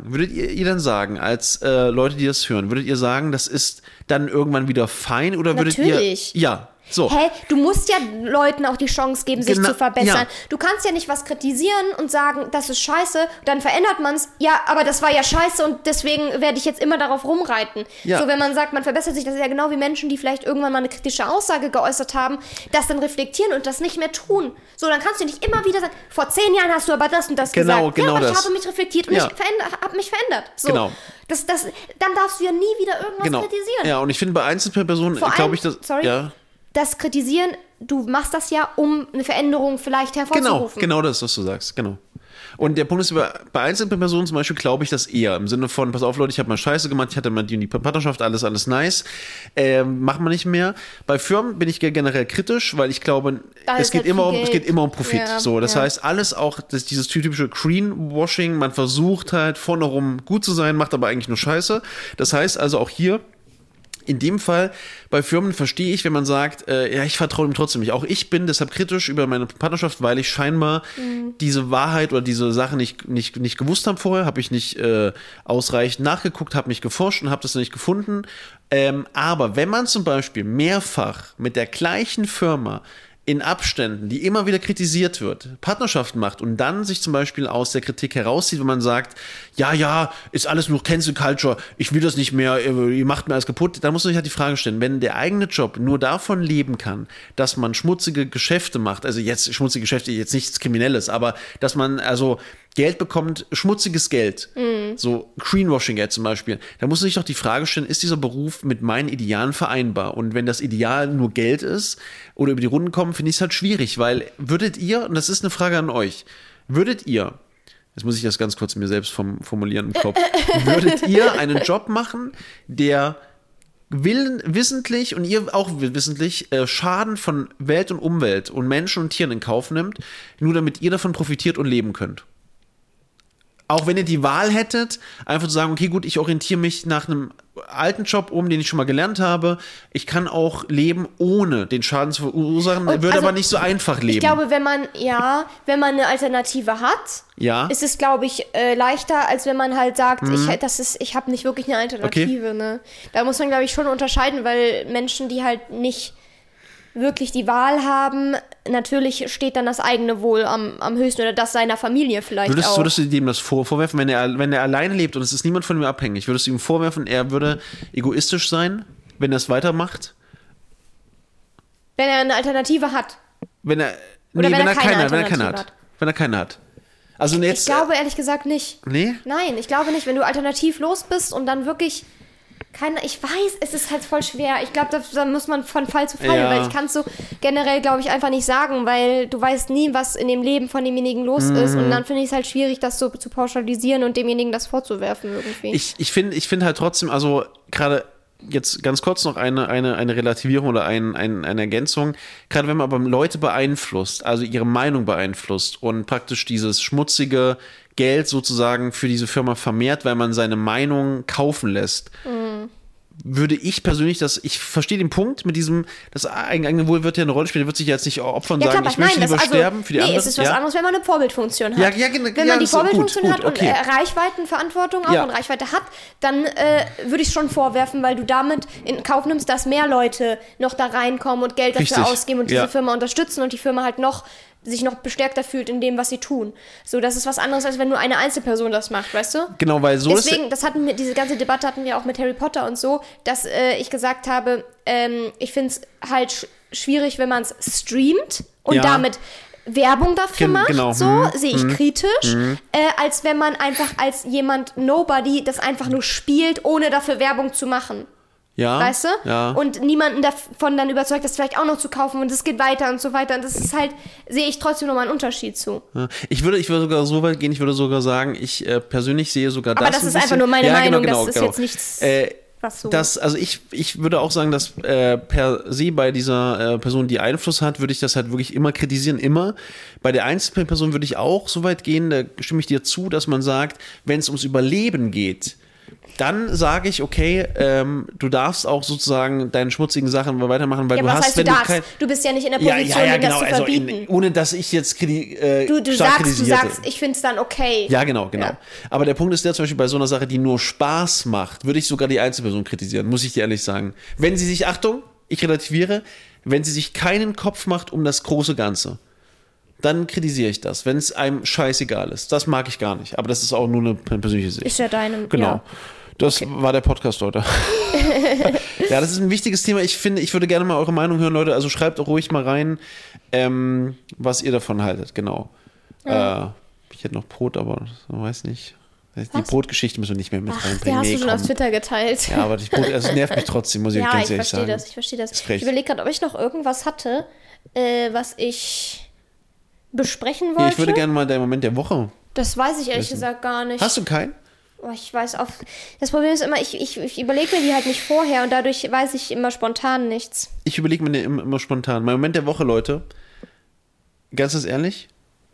[SPEAKER 2] als Leute, die das hören, würdet ihr sagen, das ist dann irgendwann wieder fein oder würdet
[SPEAKER 1] Natürlich.
[SPEAKER 2] ihr... Ja, so.
[SPEAKER 1] Hä? Du musst ja Leuten auch die Chance geben, sich zu verbessern.
[SPEAKER 2] Ja.
[SPEAKER 1] Du kannst ja nicht was kritisieren und sagen, das ist scheiße, dann verändert man es. Ja, aber das war ja scheiße und deswegen werde ich jetzt immer darauf rumreiten.
[SPEAKER 2] Ja.
[SPEAKER 1] So, wenn man sagt, man verbessert sich, das ist ja genau wie Menschen, die vielleicht irgendwann mal eine kritische Aussage geäußert haben, das dann reflektieren und das nicht mehr tun. So, dann kannst du nicht immer wieder sagen, vor 10 Jahren hast du aber das und das gesagt.
[SPEAKER 2] Genau
[SPEAKER 1] ja, aber
[SPEAKER 2] das.
[SPEAKER 1] ich habe mich reflektiert und ich habe mich verändert. So.
[SPEAKER 2] Genau.
[SPEAKER 1] Dann darfst du ja nie wieder irgendwas kritisieren.
[SPEAKER 2] Ja, und ich finde, bei Einzelpersonen, glaube ich, das...
[SPEAKER 1] Sorry.
[SPEAKER 2] Ja.
[SPEAKER 1] Das Kritisieren, du machst das ja, um eine Veränderung vielleicht hervorzurufen.
[SPEAKER 2] Genau das, was du sagst, genau. Und der Punkt ist, bei einzelnen Personen zum Beispiel glaube ich das eher, im Sinne von, pass auf Leute, ich habe mal Scheiße gemacht, ich hatte mal die Partnerschaft, alles nice, macht man nicht mehr. Bei Firmen bin ich generell kritisch, weil ich glaube, es geht immer um Profit.
[SPEAKER 1] Ja,
[SPEAKER 2] so, das heißt, alles auch, dieses typische Greenwashing, man versucht halt vorne rum gut zu sein, macht aber eigentlich nur Scheiße. Das heißt also auch hier, in dem Fall, bei Firmen verstehe ich, wenn man sagt, ja, ich vertraue ihm trotzdem nicht. Auch ich bin deshalb kritisch über meine Partnerschaft, weil ich scheinbar diese Wahrheit oder diese Sache nicht gewusst habe vorher, habe ich nicht ausreichend nachgeguckt, habe nicht geforscht und habe das nicht gefunden. Aber wenn man zum Beispiel mehrfach mit der gleichen Firma in Abständen, die immer wieder kritisiert wird, Partnerschaften macht und dann sich zum Beispiel aus der Kritik herauszieht, wenn man sagt, ja, ist alles nur Cancel Culture, ich will das nicht mehr, ihr macht mir alles kaputt, dann muss man sich halt die Frage stellen, wenn der eigene Job nur davon leben kann, dass man schmutzige Geschäfte macht, also jetzt schmutzige Geschäfte, jetzt nichts Kriminelles, aber dass man also Geld bekommt, schmutziges Geld, so Greenwashing Geld zum Beispiel, da muss man sich doch die Frage stellen, ist dieser Beruf mit meinen Idealen vereinbar? Und wenn das Ideal nur Geld ist oder über die Runden kommen, finde ich es halt schwierig, weil würdet ihr, und das ist eine Frage an euch, jetzt muss ich das ganz kurz mir selbst formulieren im Kopf, würdet ihr einen Job machen, der wissentlich und ihr auch wissentlich Schaden von Welt und Umwelt und Menschen und Tieren in Kauf nimmt, nur damit ihr davon profitiert und leben könnt? Auch wenn ihr die Wahl hättet, einfach zu sagen, okay, gut, ich orientiere mich nach einem alten Job den ich schon mal gelernt habe. Ich kann auch leben, ohne den Schaden zu verursachen, würde also, aber nicht so einfach leben.
[SPEAKER 1] Ich glaube, wenn man eine Alternative hat, ist es, glaube ich, leichter, als wenn man halt sagt, ich habe nicht wirklich eine Alternative. Okay. Ne? Da muss man, glaube ich, schon unterscheiden, weil Menschen, die halt nicht wirklich die Wahl haben, natürlich steht dann das eigene Wohl am höchsten oder das seiner Familie vielleicht auch.
[SPEAKER 2] Würdest du dem das vorwerfen, wenn er alleine lebt und es ist niemand von ihm abhängig, würdest du ihm vorwerfen, er würde egoistisch sein, wenn er es weitermacht?
[SPEAKER 1] Wenn er eine Alternative hat.
[SPEAKER 2] Wenn er keine hat. Also jetzt,
[SPEAKER 1] ich glaube ehrlich gesagt nicht.
[SPEAKER 2] Nee?
[SPEAKER 1] Nein, ich glaube nicht. Wenn du alternativlos bist und dann wirklich ich weiß, es ist halt voll schwer. Ich glaube, da muss man von Fall zu Fall, weil ich kann es so generell, glaube ich, einfach nicht sagen, weil du weißt nie, was in dem Leben von demjenigen los ist und dann finde ich es halt schwierig, das so zu pauschalisieren und demjenigen das vorzuwerfen irgendwie.
[SPEAKER 2] Ich finde halt trotzdem, also gerade jetzt ganz kurz noch eine Relativierung oder eine Ergänzung, gerade wenn man aber Leute beeinflusst, also ihre Meinung beeinflusst und praktisch dieses schmutzige Geld sozusagen für diese Firma vermehrt, weil man seine Meinung kaufen lässt. Würde ich persönlich ich verstehe den Punkt mit diesem, das eigene Wohl wird ja eine Rolle spielen, der wird sich jetzt nicht opfern und sagen, ich möchte lieber sterben für die anderen. Nee,
[SPEAKER 1] es ist was anderes, wenn man eine Vorbildfunktion hat. Wenn man die Vorbildfunktion hat und Reichweitenverantwortung auch und Reichweite hat, dann würde ich es schon vorwerfen, weil du damit in Kauf nimmst, dass mehr Leute noch da reinkommen und Geld dafür ausgeben und diese Firma unterstützen und die Firma halt sich noch bestärkter fühlt in dem, was sie tun. So, das ist was anderes, als wenn nur eine Einzelperson das macht, weißt du?
[SPEAKER 2] Genau, weil so
[SPEAKER 1] deswegen, diese ganze Debatte hatten wir auch mit Harry Potter und so, dass ich gesagt habe, ich finde es halt schwierig, wenn man es streamt und damit Werbung dafür macht, sehe ich kritisch, als wenn man einfach als jemand Nobody das einfach nur spielt, ohne dafür Werbung zu machen.
[SPEAKER 2] Ja,
[SPEAKER 1] weißt du?
[SPEAKER 2] Ja.
[SPEAKER 1] Und niemanden davon dann überzeugt, das vielleicht auch noch zu kaufen und es geht weiter und so weiter. Und das ist halt, sehe ich trotzdem nochmal einen Unterschied zu.
[SPEAKER 2] Ja. Ich würde sogar so weit gehen, ich würde sogar sagen, ich persönlich sehe sogar
[SPEAKER 1] aber das ist einfach nur meine Meinung, das ist jetzt nichts,
[SPEAKER 2] Also ich würde auch sagen, dass per se bei dieser Person, die Einfluss hat, würde ich das halt wirklich immer kritisieren, immer. Bei der Einzelperson würde ich auch so weit gehen, da stimme ich dir zu, dass man sagt, wenn es ums Überleben geht, dann sage ich, okay, du darfst auch sozusagen deine schmutzigen Sachen weitermachen, weil
[SPEAKER 1] ja,
[SPEAKER 2] du
[SPEAKER 1] was
[SPEAKER 2] hast,
[SPEAKER 1] heißt,
[SPEAKER 2] wenn
[SPEAKER 1] du
[SPEAKER 2] du
[SPEAKER 1] darfst? Du bist ja nicht in der Position,
[SPEAKER 2] genau,
[SPEAKER 1] das zu verbieten.
[SPEAKER 2] Also ohne dass ich jetzt
[SPEAKER 1] du sagst, ich finde es dann okay.
[SPEAKER 2] Ja, genau.
[SPEAKER 1] Ja.
[SPEAKER 2] Aber der Punkt ist der, zum Beispiel bei so einer Sache, die nur Spaß macht, würde ich sogar die Einzelperson kritisieren, muss ich dir ehrlich sagen. Wenn sie sich, Achtung, ich relativiere, wenn sie sich keinen Kopf macht um das große Ganze, dann kritisiere ich das, wenn es einem scheißegal ist. Das mag ich gar nicht, aber das ist auch nur eine persönliche Sicht.
[SPEAKER 1] Ist ja deine,
[SPEAKER 2] Genau.
[SPEAKER 1] Ja.
[SPEAKER 2] Das war der Podcast heute. Ja, das ist ein wichtiges Thema. Ich finde, ich würde gerne mal eure Meinung hören, Leute. Also schreibt auch ruhig mal rein, was ihr davon haltet. Genau. Ja. Ich hätte noch Brot, aber weiß nicht. Die Brotgeschichte müssen wir nicht mehr mit reinbringen.
[SPEAKER 1] Die hast du schon auf Twitter geteilt.
[SPEAKER 2] Ja, aber das nervt mich trotzdem, muss ich ganz ehrlich sagen.
[SPEAKER 1] Ich verstehe das. Ich überlege gerade, ob ich noch irgendwas hatte, was ich besprechen wollte.
[SPEAKER 2] Ja, ich würde gerne mal deinen Moment der Woche.
[SPEAKER 1] Das weiß ich ehrlich gesagt gar nicht.
[SPEAKER 2] Hast du keinen?
[SPEAKER 1] Ich weiß auch. Das Problem ist immer, ich überlege mir die halt nicht vorher und dadurch weiß ich immer spontan nichts. Ich
[SPEAKER 2] überlege mir immer spontan. Mein Moment der Woche, Leute, ganz ehrlich,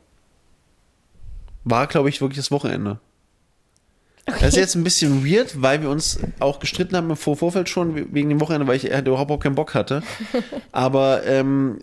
[SPEAKER 2] war, glaube ich, wirklich das Wochenende. Okay. Das ist jetzt ein bisschen weird, weil wir uns auch gestritten haben im Vorfeld schon wegen dem Wochenende, weil ich überhaupt auch keinen Bock hatte. Aber wir haben,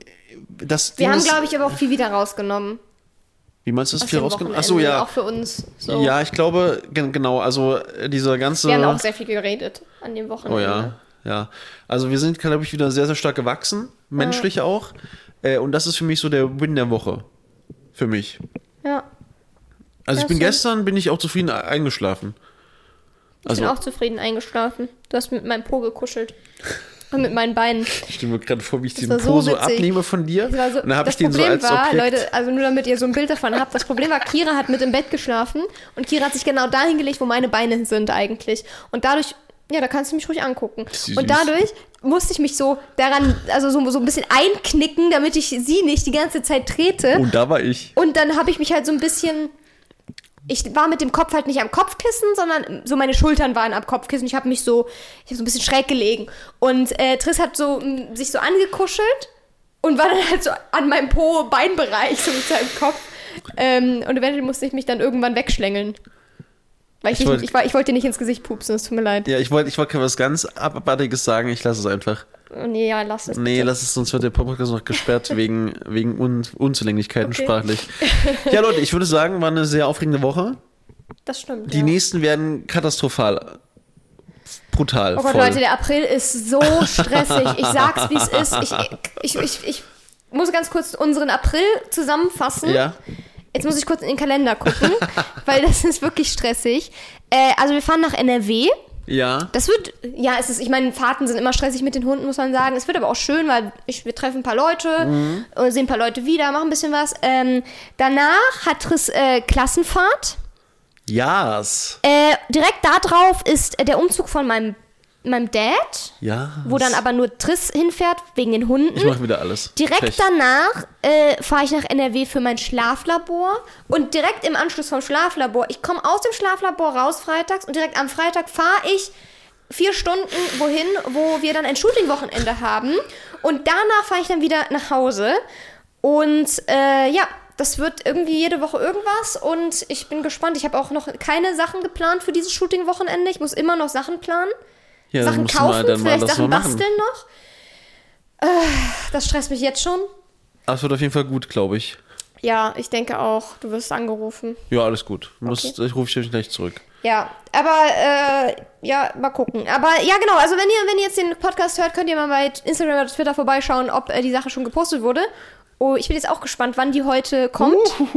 [SPEAKER 1] glaube ich, aber auch viel wieder rausgenommen.
[SPEAKER 2] Wie meinst du das? Viel rausgenommen? Achso, ja.
[SPEAKER 1] Auch für uns. So.
[SPEAKER 2] Ja, ich glaube, genau, also dieser ganze...
[SPEAKER 1] Wir haben auch sehr viel geredet an dem Wochenende.
[SPEAKER 2] Oh ja. Also wir sind, glaube ich, wieder sehr, sehr stark gewachsen, menschlich auch. Und das ist für mich so der Win der Woche. Für mich.
[SPEAKER 1] Ja.
[SPEAKER 2] Also gestern bin ich auch zufrieden eingeschlafen.
[SPEAKER 1] Ich bin auch zufrieden eingeschlafen. Du hast mit meinem Po gekuschelt. Und mit meinen Beinen.
[SPEAKER 2] Ich stelle mir gerade vor, wie ich den Po so abnehme von dir.
[SPEAKER 1] Und dann habe ich den so als Objekt. Leute, also nur damit ihr so ein Bild davon habt, das Problem war, Kira hat mit im Bett geschlafen und Kira hat sich genau dahin gelegt, wo meine Beine sind eigentlich. Und dadurch, ja, da kannst du mich ruhig angucken. Und dadurch musste ich mich so daran, also so ein bisschen einknicken, damit ich sie nicht die ganze Zeit trete.
[SPEAKER 2] Und da war ich.
[SPEAKER 1] Und dann habe ich mich halt so ein bisschen... Ich war mit dem Kopf halt nicht am Kopfkissen, sondern so meine Schultern waren am Kopfkissen. Ich habe so ein bisschen schräg gelegen. Und Triss hat sich so angekuschelt und war dann halt so an meinem Po-Beinbereich, so mit seinem Kopf. Und eventuell musste ich mich dann irgendwann wegschlängeln. Weil ich wollte dir nicht ins Gesicht pupsen, es tut mir leid.
[SPEAKER 2] Ja, ich wollte was ganz Abartiges sagen, ich lasse es einfach.
[SPEAKER 1] Nee, ja, lass es.
[SPEAKER 2] Nee, lass es, sonst wird der Podcast noch gesperrt wegen Unzulänglichkeiten sprachlich. Ja, Leute, ich würde sagen, war eine sehr aufregende Woche.
[SPEAKER 1] Das stimmt,
[SPEAKER 2] Die nächsten werden katastrophal. Brutal.
[SPEAKER 1] Oh Gott,
[SPEAKER 2] voll.
[SPEAKER 1] Leute, der April ist so stressig. Ich sag's, wie es ist. Ich muss ganz kurz unseren April zusammenfassen.
[SPEAKER 2] Ja.
[SPEAKER 1] Jetzt muss ich kurz in den Kalender gucken, weil das ist wirklich stressig. Also wir fahren nach NRW.
[SPEAKER 2] Ja.
[SPEAKER 1] Ich meine, Fahrten sind immer stressig mit den Hunden, muss man sagen. Es wird aber auch schön, weil wir treffen ein paar Leute, sehen ein paar Leute wieder, machen ein bisschen was. Danach hat Triss Klassenfahrt.
[SPEAKER 2] Yes.
[SPEAKER 1] Direkt da drauf ist der Umzug von meinem Dad, wo dann aber nur Triss hinfährt, wegen den Hunden.
[SPEAKER 2] Ich mache wieder alles.
[SPEAKER 1] Direkt danach fahre ich nach NRW für mein Schlaflabor und direkt im Anschluss vom Schlaflabor, ich komme aus dem Schlaflabor raus freitags und direkt am Freitag fahre ich 4 Stunden wohin, wo wir dann ein Shooting-Wochenende haben und danach fahre ich dann wieder nach Hause und das wird irgendwie jede Woche irgendwas und ich bin gespannt. Ich habe auch noch keine Sachen geplant für dieses Shooting-Wochenende. Ich muss immer noch Sachen planen.
[SPEAKER 2] Ja,
[SPEAKER 1] Sachen kaufen, vielleicht Sachen basteln noch. Das stresst mich jetzt schon.
[SPEAKER 2] Aber es wird auf jeden Fall gut, glaube ich.
[SPEAKER 1] Ja, ich denke auch. Du wirst angerufen.
[SPEAKER 2] Ja, alles gut.
[SPEAKER 1] Okay.
[SPEAKER 2] Ich rufe dich gleich zurück.
[SPEAKER 1] Ja, aber mal gucken. Aber ja, genau, also wenn ihr jetzt den Podcast hört, könnt ihr mal bei Instagram oder Twitter vorbeischauen, ob die Sache schon gepostet wurde. Oh, ich bin jetzt auch gespannt, wann die heute kommt.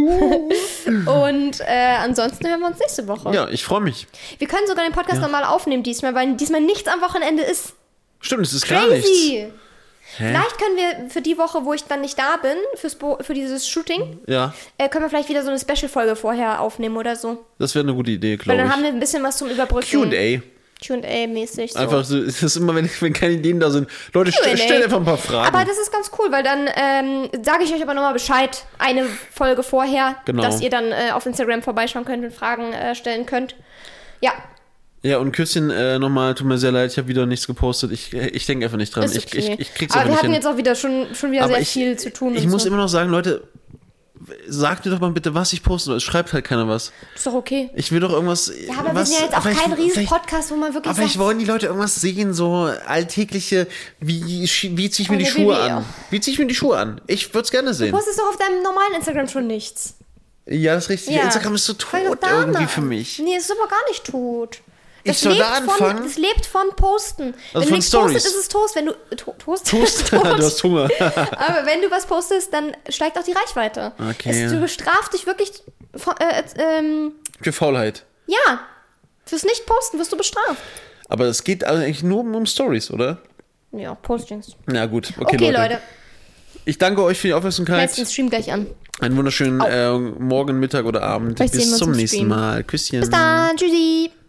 [SPEAKER 1] Und ansonsten hören wir uns nächste Woche.
[SPEAKER 2] Ja, ich freue mich.
[SPEAKER 1] Wir können sogar den Podcast nochmal aufnehmen diesmal, weil diesmal nichts am Wochenende ist.
[SPEAKER 2] Stimmt, es ist
[SPEAKER 1] crazy.
[SPEAKER 2] Gar nichts.
[SPEAKER 1] Vielleicht können wir für die Woche, wo ich dann nicht da bin, für dieses Shooting, können wir vielleicht wieder so eine Special-Folge vorher aufnehmen oder so.
[SPEAKER 2] Das wäre eine gute Idee, glaube ich.
[SPEAKER 1] Weil dann haben wir ein bisschen was zum Überbrücken. Q&A-mäßig. So.
[SPEAKER 2] Einfach so, es ist immer, wenn keine Ideen da sind. Leute, stellt einfach ein paar Fragen.
[SPEAKER 1] Aber das ist ganz cool, weil dann sage ich euch aber nochmal Bescheid, eine Folge vorher, dass ihr dann auf Instagram vorbeischauen könnt und Fragen stellen könnt. Ja.
[SPEAKER 2] Ja, und Küsschen nochmal, tut mir sehr leid, ich habe wieder nichts gepostet. Ich denke einfach nicht dran.
[SPEAKER 1] Ist okay.
[SPEAKER 2] Ich krieg's
[SPEAKER 1] aber
[SPEAKER 2] einfach
[SPEAKER 1] wir
[SPEAKER 2] nicht
[SPEAKER 1] hatten
[SPEAKER 2] hin.
[SPEAKER 1] jetzt auch wieder schon wieder
[SPEAKER 2] Aber
[SPEAKER 1] sehr viel zu tun.
[SPEAKER 2] Ich
[SPEAKER 1] und
[SPEAKER 2] muss
[SPEAKER 1] so.
[SPEAKER 2] immer noch sagen, Leute, sagt mir doch mal bitte, was ich posten soll. Es schreibt halt keiner was.
[SPEAKER 1] Ist doch okay.
[SPEAKER 2] Ich will doch irgendwas.
[SPEAKER 1] Ja, aber wir sind ja jetzt auch kein riesen Podcast, wo man wirklich
[SPEAKER 2] Aber vielleicht wollen die Leute irgendwas sehen, so alltägliche, wie ziehe ich mir die Schuhe an? Wie ziehe ich mir die Schuhe an? Ich würde es gerne sehen.
[SPEAKER 1] Du postest doch auf deinem normalen Instagram schon nichts.
[SPEAKER 2] Ja, das ist richtig.
[SPEAKER 1] Ja.
[SPEAKER 2] Instagram ist so
[SPEAKER 1] Fang
[SPEAKER 2] tot
[SPEAKER 1] doch da
[SPEAKER 2] irgendwie
[SPEAKER 1] an.
[SPEAKER 2] für mich.
[SPEAKER 1] Nee, es ist aber gar nicht tot.
[SPEAKER 2] Ich soll da anfangen?
[SPEAKER 1] Es lebt von Posten.
[SPEAKER 2] Also
[SPEAKER 1] wenn
[SPEAKER 2] von
[SPEAKER 1] du nichts
[SPEAKER 2] Stories.
[SPEAKER 1] postest, ist es Toast. Wenn du Toast.
[SPEAKER 2] Toast, du hast Hunger.
[SPEAKER 1] Aber wenn du was postest, dann steigt auch die Reichweite.
[SPEAKER 2] Okay.
[SPEAKER 1] Du bestraft dich wirklich
[SPEAKER 2] Für Faulheit.
[SPEAKER 1] ja, fürs Nicht-Posten wirst du bestraft.
[SPEAKER 2] Aber es geht eigentlich nur um Stories, oder?
[SPEAKER 1] Ja, Postings.
[SPEAKER 2] Na gut, okay,
[SPEAKER 1] Okay,
[SPEAKER 2] Leute.
[SPEAKER 1] Leute.
[SPEAKER 2] Ich danke euch für die Aufmerksamkeit.
[SPEAKER 1] Setzt den Stream gleich an.
[SPEAKER 2] Einen wunderschönen Morgen, Mittag oder Abend.
[SPEAKER 1] Vielleicht sehen wir
[SPEAKER 2] Bis
[SPEAKER 1] uns
[SPEAKER 2] zum
[SPEAKER 1] im
[SPEAKER 2] nächsten
[SPEAKER 1] Stream.
[SPEAKER 2] Mal. Küsschen.
[SPEAKER 1] Bis dann. Tschüssi.